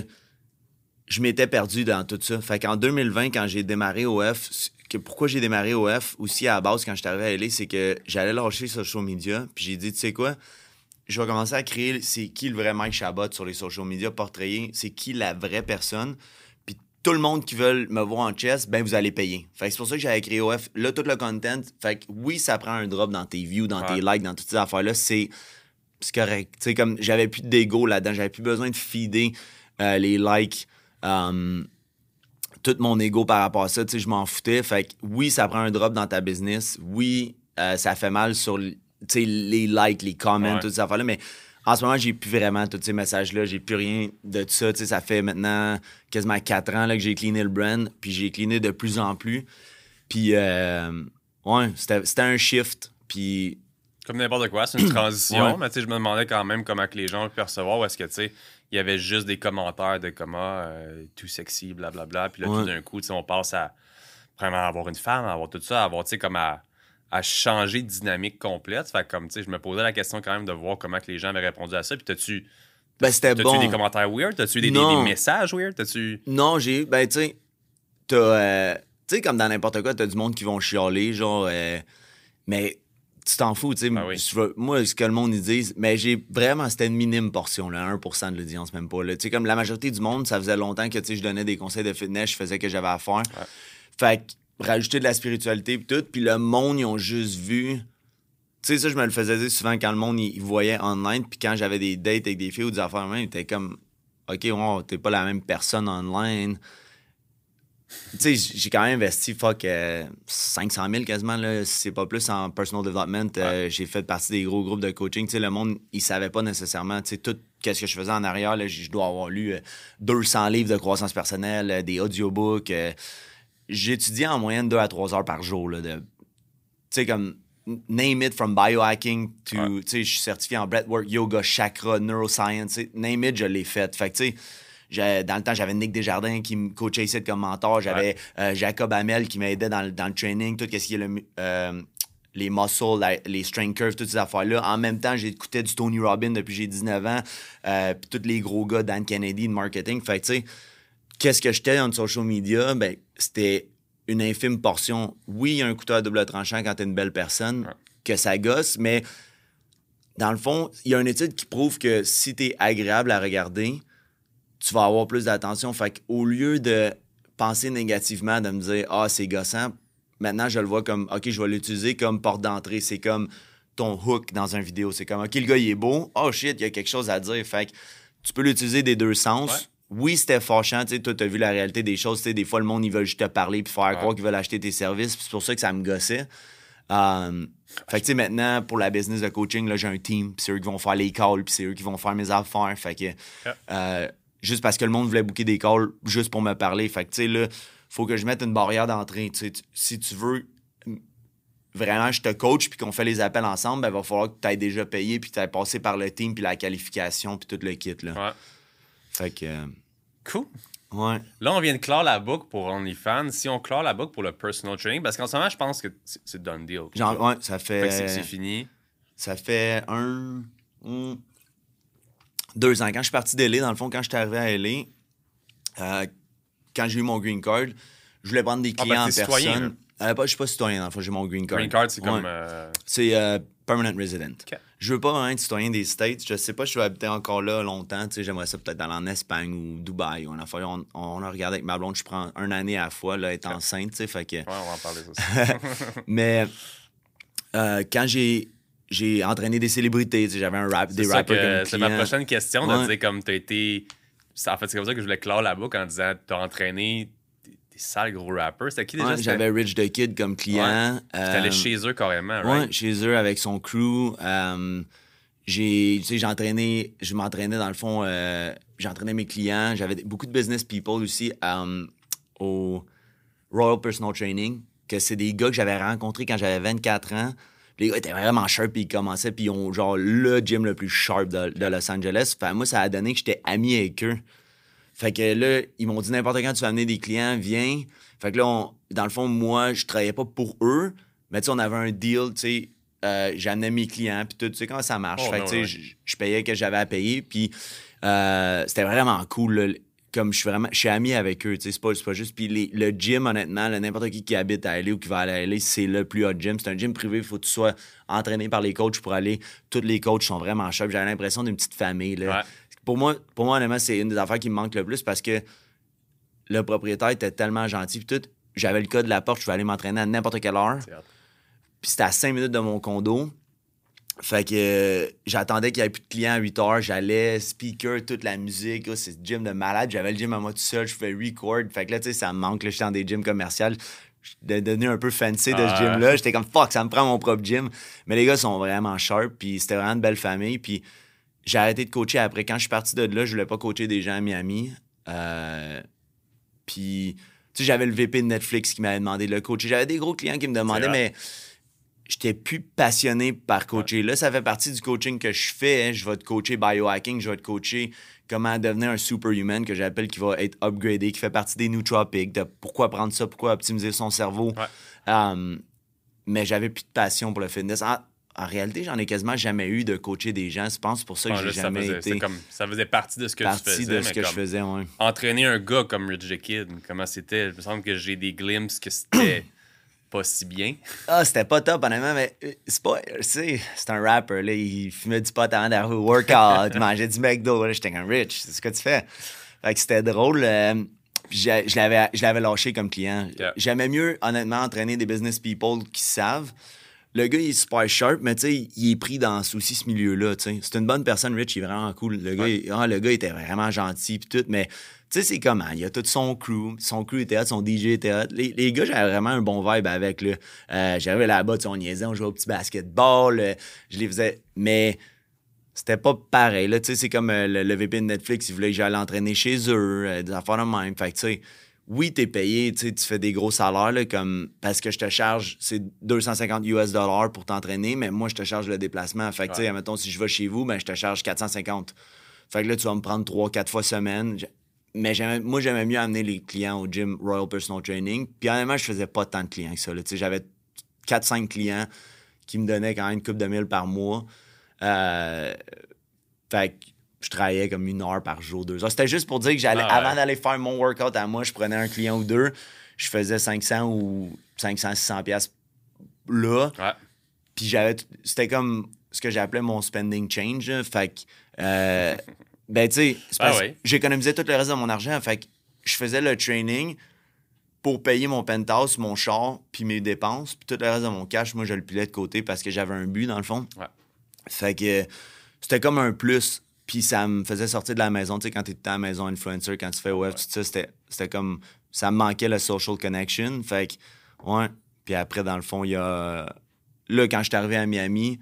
je m'étais perdu dans tout ça. Fait qu'en deux mille vingt, quand j'ai démarré O F, que pourquoi j'ai démarré O F aussi à la base quand je suis arrivé à L A, c'est que j'allais lâcher social media, puis j'ai dit, tu sais quoi, je vais commencer à créer c'est qui le vrai Mike Chabot sur les social media, portrayer, c'est qui la vraie personne, puis tout le monde qui veut me voir en chess, ben vous allez payer. Fait que c'est pour ça que j'avais créé O F. Là, tout le content, fait que oui, ça prend un drop dans tes views, dans ouais. tes likes, dans toutes ces affaires-là, c'est, c'est correct. Tu sais, comme j'avais plus d'ego là-dedans, j'avais plus besoin de feeder euh, les likes. Um, tout mon ego par rapport à ça, tu sais, je m'en foutais. Fait que oui, ça prend un drop dans ta business. Oui, euh, ça fait mal sur tu sais, les likes, les comments, ouais. toutes ces affaires-là. Mais en ce moment, j'ai plus vraiment tous ces messages-là. J'ai plus rien de tout ça. Tu sais, ça fait maintenant quasiment quatre ans là, que j'ai cleané le brand. Puis j'ai cleané de plus en plus. Puis, euh, ouais, c'était, c'était un shift. Puis. Comme n'importe quoi, c'est une transition. Ouais. Mais tu sais, je me demandais quand même comment que les gens le percevoir. Ou est-ce que, tu sais, il y avait juste des commentaires de comment euh, tout sexy, blablabla. Puis là, Ouais. tout d'un coup, tu sais, on passe à vraiment avoir une femme, à avoir tout ça, à avoir, tu sais, comme à, à changer de dynamique complète. Fait que, comme, tu sais, je me posais la question quand même de voir comment que les gens avaient répondu à ça. Puis t'as-tu... Ben, c'était T'as-tu bon. eu des commentaires weird? T'as-tu eu des, des, des messages weird? T'as-tu... Non, j'ai eu... Ben, tu sais, t'as... Euh, tu sais, comme dans n'importe quoi, t'as du monde qui vont chialer, genre... Euh, mais tu t'en fous, tu sais. Ben oui. Moi, ce que le monde, ils disent... Mais j'ai vraiment... C'était une minime portion, là, un pour cent de l'audience, même pas, là. Tu sais, comme la majorité du monde, ça faisait longtemps que, tu sais, je donnais des conseils de fitness, je faisais ce que j'avais à faire. Ouais. Fait que rajouter de la spiritualité pis tout, puis le monde, ils ont juste vu... Tu sais, ça, je me le faisais dire souvent quand le monde, il, il voyait online, puis quand j'avais des dates avec des filles ou des affaires même, ils étaient comme... OK, wow, t'es pas la même personne online. Tu sais, j'ai quand même investi, fuck, euh, cinq cent mille quasiment, là, si c'est pas plus, en personal development. Ouais. Euh, j'ai fait partie des gros groupes de coaching. Tu sais, le monde, il savait pas nécessairement, tu sais, tout qu'est-ce que je faisais en arrière. Là, je dois avoir lu euh, deux cents livres de croissance personnelle, euh, des audiobooks. Euh, j'étudiais en moyenne deux à trois heures par jour, là, de... Tu sais, comme... Name it, from biohacking to... Ouais. Tu sais, je suis certifié en breathwork, yoga, chakra, neuroscience. T'sais, name it, je l'ai fait. Fait que, tu sais, dans le temps, j'avais Nick Desjardins qui me coachait ici comme mentor. J'avais ouais. euh, Jacob Hamel qui m'aidait dans, dans le training, tout ce qui est le... Euh, les muscles, la, les strength curves, toutes ces affaires-là. En même temps, j'écoutais du Tony Robbins depuis que j'ai dix-neuf ans. Euh, puis tous les gros gars, Dan Kennedy, de marketing. Fait que, tu sais, qu'est-ce que j'étais en social media? Ben, c'était... une infime portion. Oui, il y a un couteau à double tranchant quand t'es une belle personne, ouais. que ça gosse, mais dans le fond, il y a une étude qui prouve que si t'es agréable à regarder, tu vas avoir plus d'attention. Fait qu'au lieu de penser négativement, de me dire « Ah, c'est gossant », maintenant, je le vois comme « OK, je vais l'utiliser comme porte d'entrée. » C'est comme ton hook dans une vidéo. C'est comme « OK, le gars, il est beau. Oh shit, il y a quelque chose à dire. » Fait que tu peux l'utiliser des deux sens. Ouais. Oui, c'était fâchant, tu sais, toi, t'as vu la réalité des choses, tu sais, des fois, le monde, ils veulent juste te parler puis faire ouais. croire qu'ils veulent acheter tes services, puis c'est pour ça que ça me gossait. Um, fait que, tu sais, maintenant, pour la business de coaching, là, j'ai un team, puis c'est eux qui vont faire les calls, puis c'est eux qui vont faire mes affaires, fait que, yeah. euh, juste parce que le monde voulait booker des calls juste pour me parler, fait que, tu sais, là, faut que je mette une barrière d'entrée, tu sais, si tu veux vraiment, je te coach puis qu'on fait les appels ensemble, ben, il va falloir que tu aies déjà payé puis que tu aies passé par le team puis la qualification puis tout le kit, là. Ouais. Fait que... Euh, cool. Ouais. Là, on vient de clore la boucle pour OnlyFans. Si on clore la boucle pour le personal training, parce qu'en ce moment, je pense que c'est, c'est done deal. Genre, ouais, ça fait... fait que c'est, c'est fini. Ça fait un... un... Deux ans. Quand je suis parti d'L A, dans le fond, quand je suis arrivé à L A, euh, quand j'ai eu mon green card, je voulais prendre des clients ah, ben, en personne. Citoyen, euh, pas, je suis pas citoyen, dans le fond, j'ai mon green card. Green card, c'est ouais. comme... Euh... C'est euh, permanent resident. Okay. Je veux pas vraiment être citoyen des States. Je sais pas si je vais habiter encore là longtemps. T'sais, j'aimerais ça peut-être aller en Espagne ou Dubaï. On a, fait, on, on a regardé avec ma blonde, je prends une année à la fois, là, être okay. enceinte. Fait que... Ouais, on va en parler aussi. Mais euh, quand j'ai... J'ai entraîné des célébrités, j'avais un rap, des rappers comme C'est ma prochaine question, ouais. de dire comme t'as été... En fait, c'est comme ça que je voulais clore la boucle en disant t'as entraîné des, des sales gros rappers. C'était qui déjà? Ouais, j'avais Rich the Kid comme client. Ouais. Euh, T'allais chez eux carrément, Ouais, right? chez eux avec son crew. Euh, j'ai, tu sais, j'ai entraîné, je m'entraînais dans le fond, euh, j'entraînais mes clients. J'avais beaucoup de business people aussi um, au Royal Personal Training. que c'est des gars que j'avais rencontrés quand j'avais vingt-quatre ans. Les gars étaient vraiment sharp, puis ils commençaient, puis ils ont genre le gym le plus sharp de, de Los Angeles. Fait moi, ça a donné que j'étais ami avec eux. Fait que là, ils m'ont dit n'importe quand tu vas amener des clients, viens. Fait que là, on, dans le fond, moi, je travaillais pas pour eux, mais tu sais, on avait un deal, tu sais, euh, j'amenais mes clients, puis tout, tu sais comment ça marche. Oh, fait que non, tu sais, ouais. je, je payais ce que j'avais à payer, puis euh, c'était vraiment cool, là. Comme je suis vraiment, je suis ami avec eux, tu sais, c'est pas, c'est pas juste. Puis les- le gym, honnêtement, là, n'importe qui qui habite à L A ou qui va aller à L A, c'est le plus hot gym. C'est un gym privé, il faut que tu sois entraîné par les coachs pour aller. Tous les coachs sont vraiment sharp. J'avais l'impression d'une petite famille, là. Ouais. Pour moi, pour moi, honnêtement, c'est une des affaires qui me manque le plus parce que le propriétaire était tellement gentil. Puis tout, j'avais le code de la porte, je pouvais aller m'entraîner à n'importe quelle heure. C'est hot. Puis c'était à cinq minutes de mon condo. Fait que euh, j'attendais qu'il n'y ait plus de clients à huit heures. J'allais, speaker, toute la musique. Oh, c'est le gym de malade. J'avais le gym à moi tout seul. Je fais record. Fait que là, tu sais, ça me manque. Là, j'étais dans des gyms commerciaux. Je suis devenu un peu fancy de ce Ah. gym-là. J'étais comme, fuck, ça me prend mon propre gym. Mais les gars sont vraiment sharp. Puis c'était vraiment une belle famille. Puis j'ai arrêté de coacher après. Quand je suis parti de là, je voulais pas coacher des gens à Miami. Euh, puis, tu sais, j'avais le V P de Netflix qui m'avait demandé de le coacher. J'avais des gros clients qui me demandaient, mais j'étais plus passionné par coacher. Là, ça fait partie du coaching que je fais. Hein. Je vais te coacher biohacking, je vais te coacher comment devenir un superhuman que j'appelle, qui va être upgradé, qui fait partie des nootropics, de pourquoi prendre ça, pourquoi optimiser son cerveau. Ouais. Um, mais j'avais plus de passion pour le fitness. En, en réalité, j'en ai quasiment jamais eu de coacher des gens. Je pense pour ça que Ah, j'ai là, ça jamais faisait, été c'est comme, ça faisait partie de ce que partie tu faisais. de ce mais que je comme faisais. Ouais. entraîner un gars comme Rich the Kid, comment c'était? Il me semble que j'ai des glimpses que c'était pas si bien. Ah, c'était pas top, honnêtement, mais euh, c'est pas. Tu sais, c'est un rapper, là. Il fumait du pot avant d'arriver au workout, il mangeait du McDo. Là, j'étais comme Rich, c'est ce que tu fais. Fait que c'était drôle. Euh, puis j'ai- je l'avais je l'avais lâché comme client. Yeah. J'aimais mieux, honnêtement, entraîner des business people qui savent. Le gars, il est super sharp, mais tu sais, il est pris dans aussi ce milieu-là, tu sais. C'est une bonne personne, Rich, il est vraiment cool. Le gars, Ouais. il, ah, le gars était vraiment gentil, puis tout, mais tu sais, c'est comment? Il a tout son crew. Son crew était hot, son D J était hot. Les, les gars, j'avais vraiment un bon vibe avec, là. Euh, j'arrivais là-bas, tu sais, on niaisait, on jouait au petit basketball, euh, je les faisais... Mais c'était pas pareil, là. Tu sais, c'est comme euh, le, le V P de Netflix, il voulait que j'aille l'entraîner chez eux, euh, des affaires de même. Fait que, tu sais... Oui, t'es payé, tu sais, tu fais des gros salaires, là, comme, parce que je te charge, c'est deux cent cinquante U S dollars pour t'entraîner, mais moi, je te charge le déplacement. Fait que, tu sais, Ouais. admettons, si je vais chez vous, ben, je te charge quatre cent cinquante. Fait que là, tu vas me prendre trois quatre fois semaine. J- Mais j'aimais- moi, j'aimais mieux amener les clients au gym Royal Personal Training. Puis, honnêtement, je faisais pas tant de clients que ça, là. Tu sais, j'avais quatre cinq clients qui me donnaient quand même une couple de mille par mois. Euh, fait que je travaillais comme une heure par jour, deux heures. C'était juste pour dire que j'allais, Ah ouais. avant d'aller faire mon workout à moi, je prenais un client ou deux, je faisais cinq cents ou cinq cents, six cents piastres là. Ouais. Puis j'avais, t- c'était comme ce que j'appelais mon spending change. Là. Fait que, euh, ben tu sais, c'est parce Ah que ouais. j'économisais tout le reste de mon argent. Fait que je faisais le training pour payer mon penthouse, mon char, puis mes dépenses. Puis tout le reste de mon cash, moi, je le pilais de côté parce que j'avais un but, dans le fond. Ouais. Fait que euh, c'était comme un plus. Puis ça me faisait sortir de la maison. Tu sais, quand t'es à la maison influencer, quand tu fais web, tout ça, c'était, c'était comme... Ça me manquait le social connection. Fait que, ouais. Puis après, dans le fond, il y a... Là, quand je suis arrivé à Miami,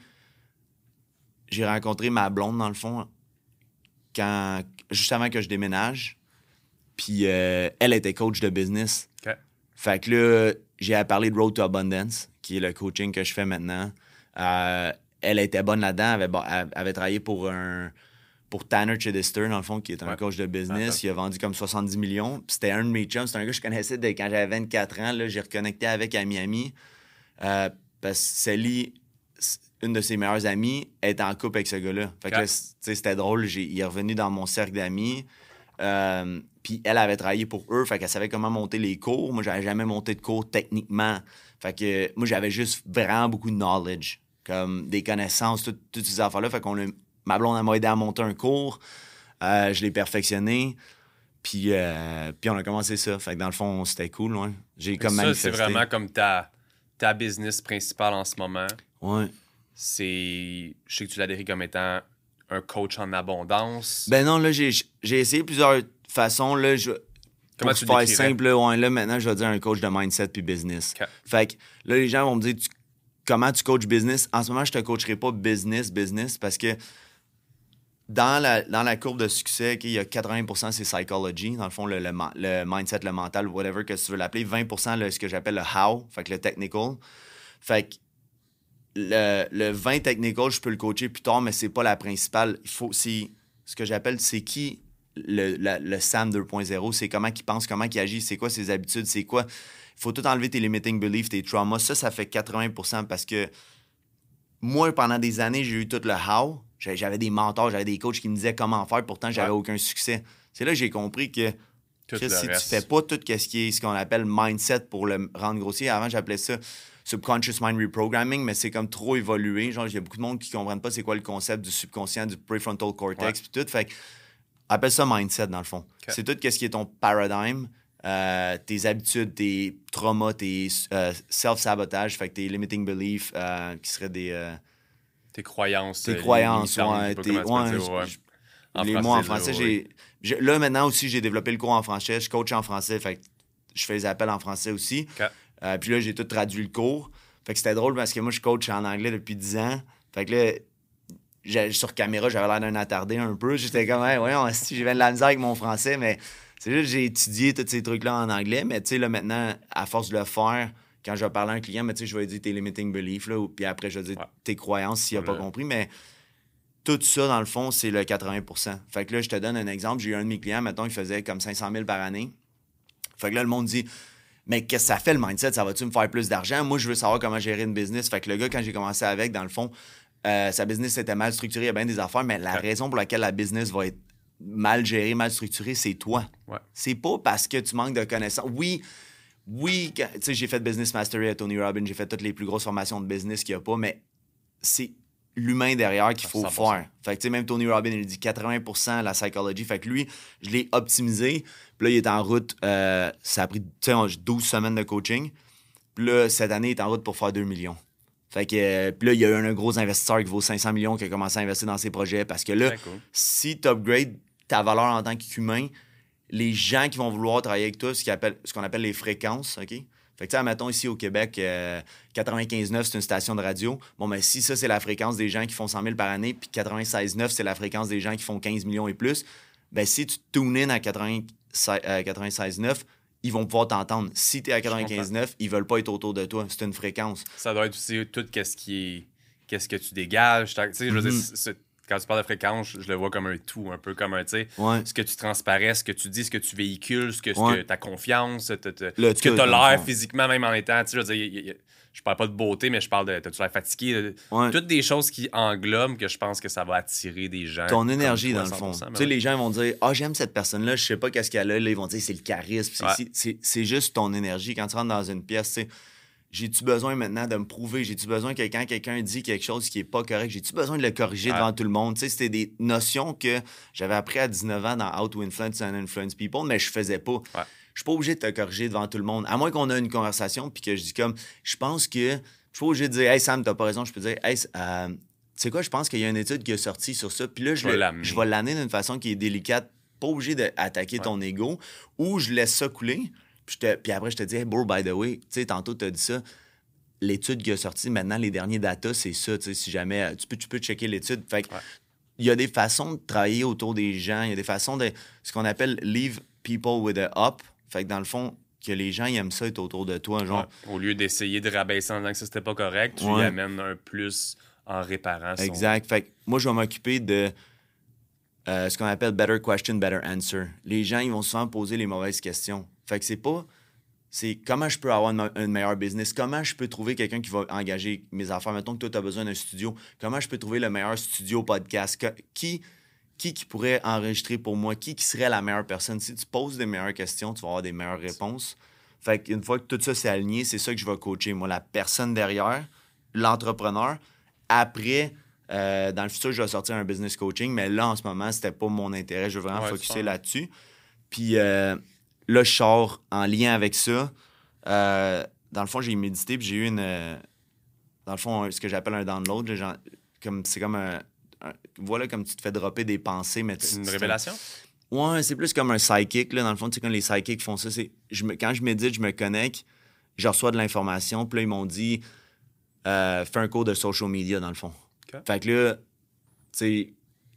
j'ai rencontré ma blonde, dans le fond, quand... juste avant que je déménage. Puis euh, elle était coach de business. OK. Fait que là, j'ai parlé de Road to Abundance, qui est le coaching que je fais maintenant. Euh, elle était bonne là-dedans. Elle avait, bon, elle avait travaillé pour un pour Tanner Chidester, dans le fond, qui est un Ouais. coach de business. Ah, Il a vendu comme soixante-dix millions. Puis c'était un de mes chums. C'était un gars que je connaissais de quand j'avais vingt-quatre ans. Là, j'ai reconnecté avec à Miami. Euh, parce que Sally, une de ses meilleures amies, est en couple avec ce gars-là. Fait que Okay. là, c- tu sais, c'était drôle. J'ai- il est revenu dans mon cercle d'amis. Euh, puis elle avait travaillé pour eux, fait qu'elle savait comment monter les cours. Moi, j'avais jamais monté de cours techniquement. Fait que moi, j'avais juste vraiment beaucoup de knowledge, comme des connaissances, tout- toutes ces affaires-là. Fait qu'on a, ma blonde, elle m'a aidé à monter un cours. Euh, je l'ai perfectionné. Puis, euh, puis on a commencé ça. Fait que dans le fond, c'était cool, ouais. J'ai comme ça, manifesté. c'est vraiment comme ta, ta business principale en ce moment. Ouais. C'est... Je sais que tu l'as décrit comme étant un coach en abondance. Ben non, là, j'ai, j'ai essayé plusieurs façons. Là, je, Comment pour tu faire le décrirais? simple, là, ouais, là, maintenant, je vais dire un coach de mindset puis business. OK. Fait que là, les gens vont me dire tu- comment tu coaches business. En ce moment, je te coacherai pas business, business, parce que dans la, dans la courbe de succès, okay, il y a quatre-vingts pour cent c'est psychology, dans le fond, le, le, le mindset, le mental, whatever que tu veux l'appeler. vingt pour cent le, ce que j'appelle le how, fait que le technical. Fait que le, le vingt technical, je peux le coacher plus tard, mais c'est pas la principale. Il faut, c'est, ce que j'appelle, c'est qui le, la, le Sam deux point zéro, c'est comment il pense, comment il agit, c'est quoi ses habitudes, c'est quoi. Il faut tout enlever tes limiting beliefs, tes traumas. Ça, ça fait quatre-vingts pour cent parce que moi, pendant des années, j'ai eu tout le how. J'avais des mentors, j'avais des coachs qui me disaient comment faire, pourtant, j'avais ouais. aucun succès. C'est là que j'ai compris que Chris, si reste. Tu fais pas tout ce qui est ce qu'on appelle mindset pour le rendre grossier, avant, j'appelais ça subconscious mind reprogramming, mais c'est comme trop évolué. Genre, il y a beaucoup de monde qui ne comprennent pas c'est quoi le concept du subconscient, du prefrontal cortex, puis tout. Fait que, appelle ça mindset, dans le fond. Okay. C'est tout ce qui est ton paradigme, euh, tes habitudes, tes traumas, tes euh, self-sabotage, fait que tes limiting beliefs, euh, qui seraient des... Euh, tes croyances. Tes croyances, ouais. Tes, ouais, dire, ouais. Je, en les français, mots en français, là, j'ai, j'ai... Là, maintenant aussi, j'ai développé le cours en français. Je coach en français, fait que je fais les appels en français aussi. Okay. Euh, puis là, j'ai tout traduit le cours. Fait que c'était drôle parce que moi, je coach en anglais depuis dix ans. Fait que là, j'ai, sur caméra, j'avais l'air d'un attardé un peu. J'étais comme, hey, voyons, si j'ai de la misère avec mon français, mais c'est juste que j'ai étudié tous ces trucs-là en anglais. Mais tu sais, là, maintenant, à force de le faire, quand je vais parler à un client, mais tu sais, je vais dire tes limiting beliefs, là, puis après, je vais dire ouais. tes croyances s'il n'a pas compris. Mais tout ça, dans le fond, c'est le quatre-vingts pour cent. Fait que là, je te donne un exemple. J'ai eu un de mes clients, mettons, il faisait comme cinq cent mille par année. Fait que là, le monde dit, mais qu'est-ce que ça fait le mindset? Ça va-tu me faire plus d'argent? Moi, je veux savoir comment gérer une business. Fait que le gars, quand j'ai commencé avec, dans le fond, euh, sa business était mal structurée, il y a bien des affaires, mais la ouais. raison pour laquelle la business va être mal gérée, mal structurée, c'est toi. Ouais. C'est pas parce que tu manques de connaissances. Oui, oui, tu sais, j'ai fait Business Mastery à Tony Robbins, j'ai fait toutes les plus grosses formations de business qu'il n'y a pas, mais c'est l'humain derrière qu'il faut cent pour cent faire. Fait que, tu sais, même Tony Robbins, il dit quatre-vingts pour cent la psychology. Fait que lui, je l'ai optimisé. Puis là, il est en route. Euh, ça a pris, tu sais, douze semaines de coaching. Puis là, cette année, il est en route pour faire deux millions. Fait que, euh, puis là, il y a eu un gros investisseur qui vaut cinq cents millions qui a commencé à investir dans ses projets. Parce que là, cool. si tu upgrades ta valeur en tant qu'humain, les gens qui vont vouloir travailler avec toi, ce, appelle, ce qu'on appelle les fréquences, OK? Fait que, tu sais, mettons, ici au Québec, euh, quatre-vingt-quinze neuf, c'est une station de radio. Bon, ben si ça, c'est la fréquence des gens qui font cent mille par année, puis quatre-vingt-seize neuf, c'est la fréquence des gens qui font quinze millions et plus, ben si tu tune in à quatre-vingt-seize neuf, ils vont pouvoir t'entendre. Si tu es à quatre-vingt-quinze neuf, ils veulent pas être autour de toi. C'est une fréquence. Ça doit être aussi tout ce qui est... Qu'est-ce que tu dégages. Tu sais, je veux mm-hmm. dire, c'est... Quand tu parles de fréquence, je le vois comme un tout, un peu comme un, tu sais, ouais. ce que tu transparais, ce que tu dis, ce que tu véhicules, ce que, ouais. ce que ta confiance, te, te, ce que tu as l'air physiquement, même en étant, tu sais, je veux dire, y, y, y, je parle pas de beauté, mais je parle de, t'as-tu l'air fatigué, ouais. toutes des choses qui englobent que je pense que ça va attirer des gens. Ton énergie, dans le fond. Tu sais, les gens vont dire, ah, oh, j'aime cette personne-là, je sais pas qu'est-ce qu'elle a, là, ils vont dire, c'est le charisme, c'est, ouais. c'est, c'est juste ton énergie. Quand tu rentres dans une pièce, tu sais, j'ai-tu besoin maintenant de me prouver? J'ai-tu besoin que quand quelqu'un dit quelque chose qui est pas correct, j'ai-tu besoin de le corriger ouais. devant tout le monde? Tu sais, c'était des notions que j'avais appris à dix-neuf ans dans How to Influence and Influence People, mais je faisais pas. Ouais. Je suis pas obligé de te corriger devant tout le monde. À moins qu'on ait une conversation puis que je dis comme, je pense que, je suis pas obligé de dire, hey Sam, t'as pas raison. Je peux dire, hey, euh, tu sais quoi, je pense qu'il y a une étude qui est sortie sur ça. Puis là, je, le, je vais l'amener d'une façon qui est délicate, pas obligé d'attaquer ouais. ton ego, ou je laisse ça couler. Puis, te, puis après, je te dis, hey, bro, by the way, tu sais, tantôt, t'as dit ça. L'étude qui a sorti, maintenant, les derniers data, c'est ça. Si jamais, tu peux, tu peux checker l'étude. Fait que, ouais. il y a des façons de travailler autour des gens. Il y a des façons de, ce qu'on appelle leave people with a up. Fait que dans le fond, que les gens ils aiment ça être autour de toi. Genre. Ouais. Au lieu d'essayer de rabaisser en disant que ça, c'était pas correct, tu ouais. y amènes un plus en réparant. Son... Exact. Fait que moi, je vais m'occuper de euh, ce qu'on appelle better question, better answer. Les gens, ils vont souvent poser les mauvaises questions. Fait que c'est pas... C'est comment je peux avoir une, une meilleure business, comment je peux trouver quelqu'un qui va engager mes affaires. Mettons que toi, tu as besoin d'un studio. Comment je peux trouver le meilleur studio podcast? Que, qui, qui qui pourrait enregistrer pour moi? Qui qui serait la meilleure personne? Si tu poses des meilleures questions, tu vas avoir des meilleures réponses. Fait qu'une fois que tout ça c'est aligné, c'est ça que je vais coacher. Moi, la personne derrière, l'entrepreneur. Après, euh, dans le futur, je vais sortir un business coaching, mais là, en ce moment, c'était pas mon intérêt. Je veux vraiment ouais, focusser là-dessus. Puis... Euh, Là, je sors en lien avec ça. Euh, dans le fond, j'ai médité puis j'ai eu une... Euh, dans le fond, un, ce que j'appelle un download. Là, genre, comme, c'est comme un, un... Voilà, comme tu te fais dropper des pensées. Mais tu, une tu, révélation? Tu, ouais, c'est plus comme un psychic. Là, dans le fond, tu sais, quand les psychics font ça, c'est... Je me, quand je médite, je me connecte, je reçois de l'information. Puis là, ils m'ont dit, euh, fais un cours de social media, dans le fond. Okay. Fait que là, tu sais...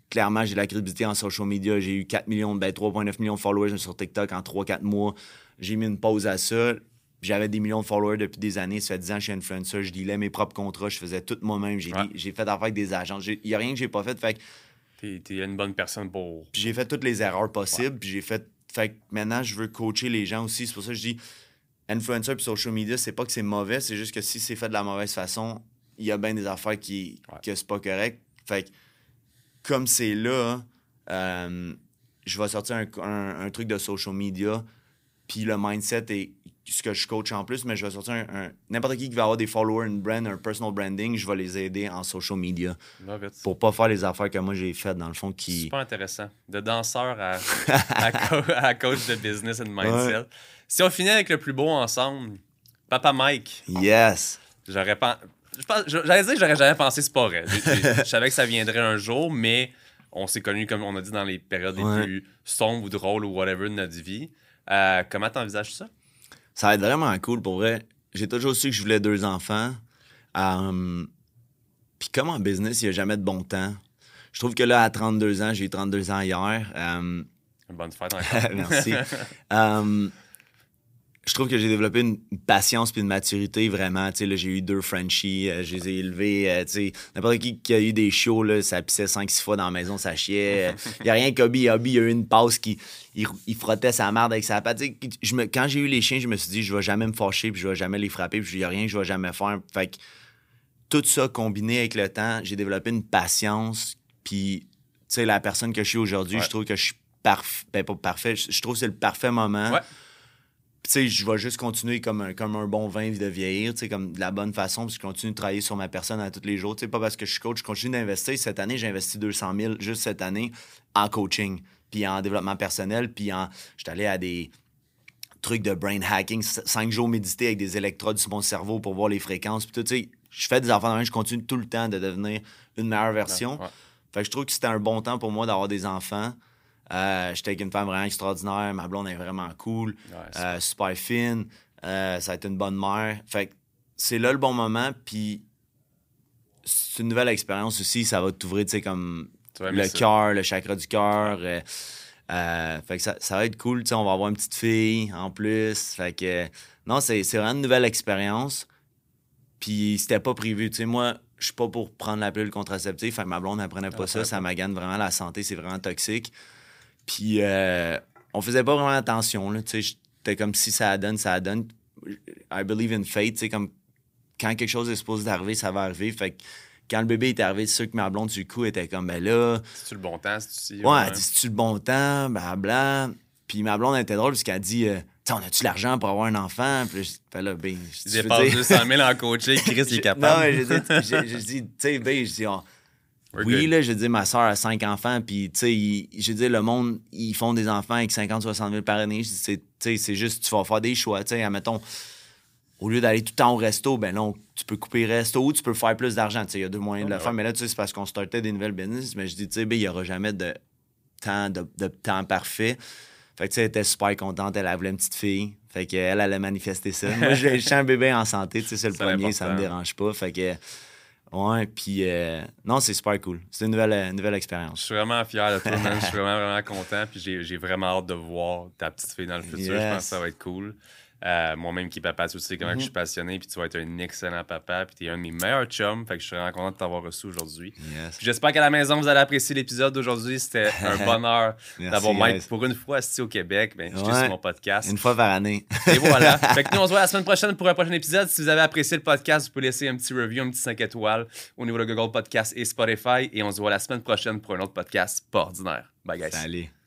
clairement, j'ai de la crédibilité en social media. J'ai eu quatre millions, ben trois virgule neuf millions de followers sur TikTok en trois quatre mois. J'ai mis une pause à ça. J'avais des millions de followers depuis des années. Ça fait dix ans que je suis influencer. Je dealais mes propres contrats. Je faisais tout moi-même. J'ai, Ouais. j'ai fait affaire avec des agents. Il n'y a rien que j'ai pas fait. Fait que T'es, t'es une bonne personne pour... puis j'ai fait toutes les erreurs possibles. Ouais. Puis j'ai fait... Fait que maintenant, je veux coacher les gens aussi. C'est pour ça que je dis, influencer puis social media, c'est pas que c'est mauvais. C'est juste que si c'est fait de la mauvaise façon, il y a bien des affaires qui... Ouais. que c'est pas correct. Fait que comme c'est là, euh, je vais sortir un, un, un truc de social media. Puis le mindset est ce que je coach en plus, mais je vais sortir un, un- n'importe qui qui va avoir des followers, une brand, un personal branding, je vais les aider en social media Love it. pour pas faire les affaires que moi j'ai faites dans le fond qui... Super intéressant. De danseur à, à, co- à coach de business and mindset. Ouais. Si on finit avec le plus beau ensemble, Papa Mike, Yes! j'aurais pas... je pense- J'allais dire que j'aurais jamais pensé ce pas vrai. J'ai- j'ai- Je savais que ça viendrait un jour, mais on s'est connus, comme on a dit, dans les périodes les Ouais. plus sombres ou drôles ou whatever de notre vie. Euh, comment t'envisages ça? Ça va être vraiment cool pour vrai. J'ai toujours su que je voulais deux enfants. Um, Puis comme en business, il n'y a jamais de bon temps. Je trouve que là, à trente-deux ans, j'ai eu trente-deux ans hier. Um, Une bonne fête encore. Merci. Um, je trouve que j'ai développé une patience puis une maturité vraiment. Tu sais, là, j'ai eu deux Frenchies, euh, je les ai élevés. euh, tu sais, n'importe qui qui a eu des shows, là, ça pissait cinq six fois dans la maison, ça chiait. Il n'y a rien qu'Hobby. Hobby, il a eu une passe qui il, il frottait sa merde avec sa patte. Tu sais, je me, quand j'ai eu les chiens, je me suis dit, je vais jamais me fâcher puis je vais jamais les frapper puis il n'y a rien que je vais jamais faire. Fait que tout ça combiné avec le temps, j'ai développé une patience. Puis, tu sais, la personne que je suis aujourd'hui, Ouais. je trouve que je suis parfait. Ben, pas parfait. Je, je trouve que c'est le parfait moment. Ouais. Tu sais, je vais juste continuer comme un, comme un bon vin de vieillir, tu sais, comme de la bonne façon, puis je continue de travailler sur ma personne à tous les jours. Tu sais, pas parce que je suis coach, je continue d'investir. Cette année, j'ai investi deux cent mille juste cette année en coaching, puis en développement personnel, puis en... J'étais allé à des trucs de brain hacking, c- cinq jours méditer avec des électrodes sur mon cerveau pour voir les fréquences, puis tout, tu sais, je fais des affaires de même, je continue tout le temps de devenir une meilleure version. Ouais. Fait que je trouve que c'était un bon temps pour moi d'avoir des enfants. Euh, j'étais avec une femme vraiment extraordinaire. Ma blonde est vraiment cool. Ouais, euh, super fine. Euh, ça a été une bonne mère. Fait que c'est là le bon moment. Puis c'est une nouvelle expérience aussi. Ça va t'ouvrir, tu sais, comme Tu vas aimer le ça. cœur, le chakra du cœur. Euh, euh, fait que ça, ça va être cool. Tu sais, on va avoir une petite fille en plus. Fait que euh, non, c'est, c'est vraiment une nouvelle expérience. Puis c'était pas prévu. Tu sais, moi, je suis pas pour prendre la pilule contraceptive. Fait que ma blonde n'apprenait pas Ah, ça. ouais, Ça pas. magane vraiment la santé. C'est vraiment toxique. Puis euh, on faisait pas vraiment attention. Là, tu sais, c'était comme si ça donne, ça donne. I believe in fate. Tu sais, comme quand quelque chose est supposé d'arriver, ça va arriver. Fait que quand le bébé est arrivé, c'est sûr que ma blonde, du coup, était comme, ben là, C'est-tu le bon temps? C'est-tu... ouais, elle dit, c'est-tu le bon temps? Blabla. Puis ma blonde elle était drôle parce qu'elle dit, euh, tu sais, on a-tu l'argent pour avoir un enfant? Puis là, je fais là, ben, Il je veux dépasse dire- deux cent mille en coaching, Chris il est Je- capable. Non, mais je dis, je, je dis, tu sais, ben, je dis, on- We're oui, good. là, je dis, ma soeur a cinq enfants, puis, tu sais, il- je dis, le monde, ils font des enfants avec cinquante soixante mille par année. Je dis, c'est- tu sais, c'est juste, tu vas faire des choix, tu sais, admettons, au lieu d'aller tout le temps au resto, ben non, tu peux couper resto ou tu peux faire plus d'argent, tu sais, il y a deux moyens de Ouais, le faire, ouais. mais là, tu sais, c'est parce qu'on startait des nouvelles business, mais je dis, tu sais, ben, il y aura jamais de temps, de, de temps parfait. Fait que, tu sais, elle était super contente, elle voulait une petite fille. Fait qu'elle allait manifester ça. Moi, j'ai j'ai un bébé en santé, tu sais, c'est le C'est premier, ça me important. dérange pas. Fait que, ouais, puis euh, non, c'est super cool. C'est une nouvelle, une nouvelle Je expérience. suis vraiment fier de toi, man. Je suis vraiment, vraiment content. Puis j'ai, j'ai vraiment hâte de voir ta petite fille dans le futur. Yes. Je pense que ça va être cool. Euh, moi-même qui est papa, tu sais comment que je suis passionné. Puis tu vas être un excellent papa. Puis tu es un de mes meilleurs chums. Fait que je suis vraiment content de t'avoir reçu aujourd'hui. Yes. Puis j'espère qu'à la maison, vous allez apprécier l'épisode d'aujourd'hui. C'était un bonheur Merci, d'avoir Mike guys. pour une fois assis au Québec. Ben, j'étais Ouais. sur mon podcast. Une fois par année. Et voilà. Fait que nous, on se voit la semaine prochaine pour un prochain épisode. Si vous avez apprécié le podcast, vous pouvez laisser un petit review, un petit cinq étoiles au niveau de Google Podcast et Spotify. Et on se voit la semaine prochaine pour un autre podcast pas ordinaire. Bye, guys. Salut.